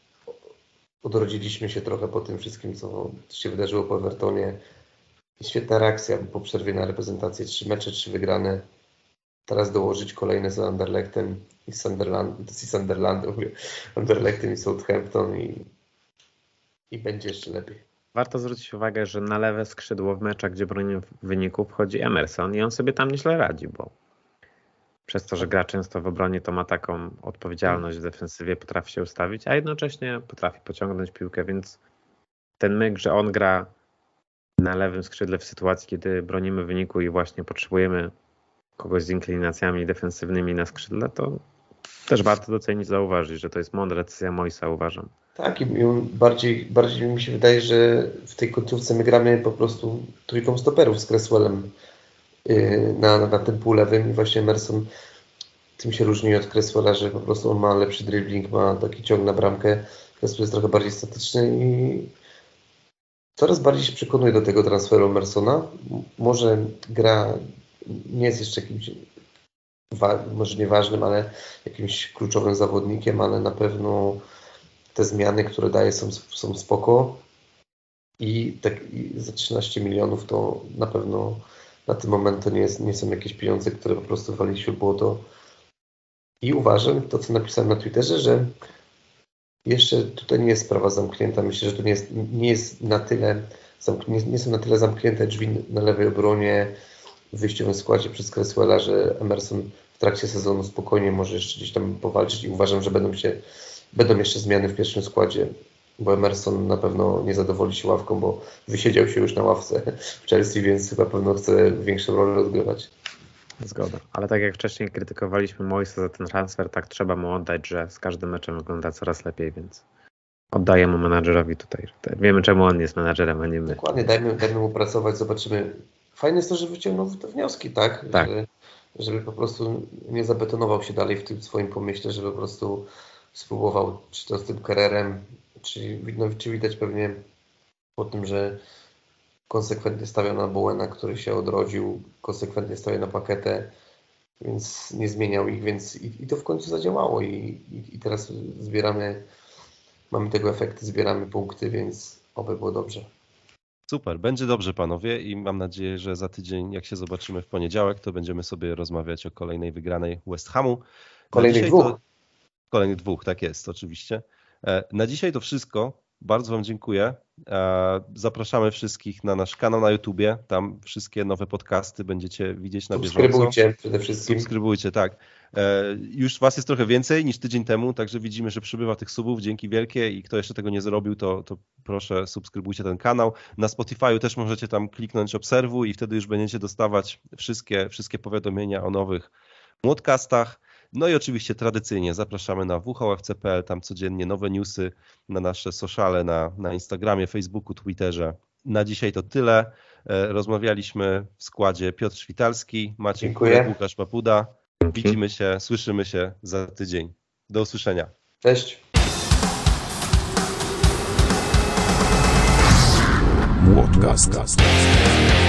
odrodziliśmy się trochę po tym wszystkim, co się wydarzyło po Evertonie. Świetna reakcja po przerwie na reprezentację. Trzy mecze, trzy wygrane. Teraz dołożyć kolejne z Anderlechtem i Sunderland, z Sunderlandem, Anderlechtem i Southampton i, i będzie jeszcze lepiej. Warto zwrócić uwagę, że na lewe skrzydło w meczach, gdzie broni wyników, wchodzi Emerson i on sobie tam nieźle radzi, bo przez to, że gra często w obronie, to ma taką odpowiedzialność w defensywie, potrafi się ustawić, a jednocześnie potrafi pociągnąć piłkę, więc ten myk, że on gra na lewym skrzydle w sytuacji, kiedy bronimy wyniku i właśnie potrzebujemy kogoś z inklinacjami defensywnymi na skrzydle, to też warto docenić, zauważyć, że to jest mądra decyzja Moisa, uważam. Tak, i bardziej, bardziej mi się wydaje, że w tej końcówce my gramy po prostu trójką stoperów z Cresswellem na, na tym pół lewym i właśnie Emerson tym się różni od Cresswella, że po prostu on ma lepszy dribbling, ma taki ciąg na bramkę. Cresswell jest trochę bardziej statyczny i coraz bardziej się przekonuje do tego transferu Emersona. Może gra nie jest jeszcze jakimś wa- może nieważnym, ale jakimś kluczowym zawodnikiem, ale na pewno te zmiany, które daje, są, są spoko i, tak, i za trzynaście milionów to na pewno na ten moment to nie, jest, nie są jakieś pieniądze, które po prostu wali się w błoto. I uważam, to co napisałem na Twitterze, że jeszcze tutaj nie jest sprawa zamknięta. Myślę, że to nie jest, nie jest na tyle nie, nie są na tyle zamknięte drzwi na lewej obronie w wyjściowym składzie przez Cresswella, że Emerson w trakcie sezonu spokojnie może jeszcze gdzieś tam powalczyć i uważam, że będą się będą jeszcze zmiany w pierwszym składzie, bo Emerson na pewno nie zadowoli się ławką, bo wysiedział się już na ławce w Chelsea, więc chyba pewno chce większą rolę odgrywać. Zgoda. Ale tak jak wcześniej krytykowaliśmy Moisa za ten transfer, tak trzeba mu oddać, że z każdym meczem wygląda coraz lepiej, więc oddaję mu menadżerowi tutaj. Wiemy, czemu on jest menadżerem, a nie my. Dokładnie, dajmy, dajmy mu pracować, zobaczymy. Fajne jest to, że wyciągnął te wnioski, tak? tak. Że, żeby po prostu nie zabetonował się dalej w tym swoim pomyśle, żeby po prostu spróbował, czy to z tym Kerrerem, czy, no, czy widać pewnie po tym, że konsekwentnie stawia na Bowena, który się odrodził, konsekwentnie stawia na Paketę, więc nie zmieniał ich, więc i, i to w końcu zadziałało i, i, i teraz zbieramy, mamy tego efekty, zbieramy punkty, więc oby było dobrze. Super, będzie dobrze panowie i mam nadzieję, że za tydzień, jak się zobaczymy w poniedziałek, to będziemy sobie rozmawiać o kolejnej wygranej West Hamu. Kolejnych dwóch. To... Kolejnych dwóch, tak jest, oczywiście. Na dzisiaj to wszystko. Bardzo wam dziękuję. Zapraszamy wszystkich na nasz kanał na YouTubie. Tam wszystkie nowe podcasty będziecie widzieć na bieżąco. Subskrybujcie przede wszystkim. Subskrybujcie, tak. Już was jest trochę więcej niż tydzień temu, także widzimy, że przybywa tych subów. Dzięki wielkie i kto jeszcze tego nie zrobił, to, to proszę subskrybujcie ten kanał. Na Spotify'u też możecie tam kliknąć obserwuj i wtedy już będziecie dostawać wszystkie, wszystkie powiadomienia o nowych podcastach. No i oczywiście tradycyjnie zapraszamy na w h f c kropka p l, tam codziennie nowe newsy na nasze sociale, na, na Instagramie, Facebooku, Twitterze. Na dzisiaj to tyle. Rozmawialiśmy w składzie Piotr Świtalski, Maciej Kurek, Łukasz Papuda. Widzimy się, słyszymy się za tydzień. Do usłyszenia. Cześć. Podcast.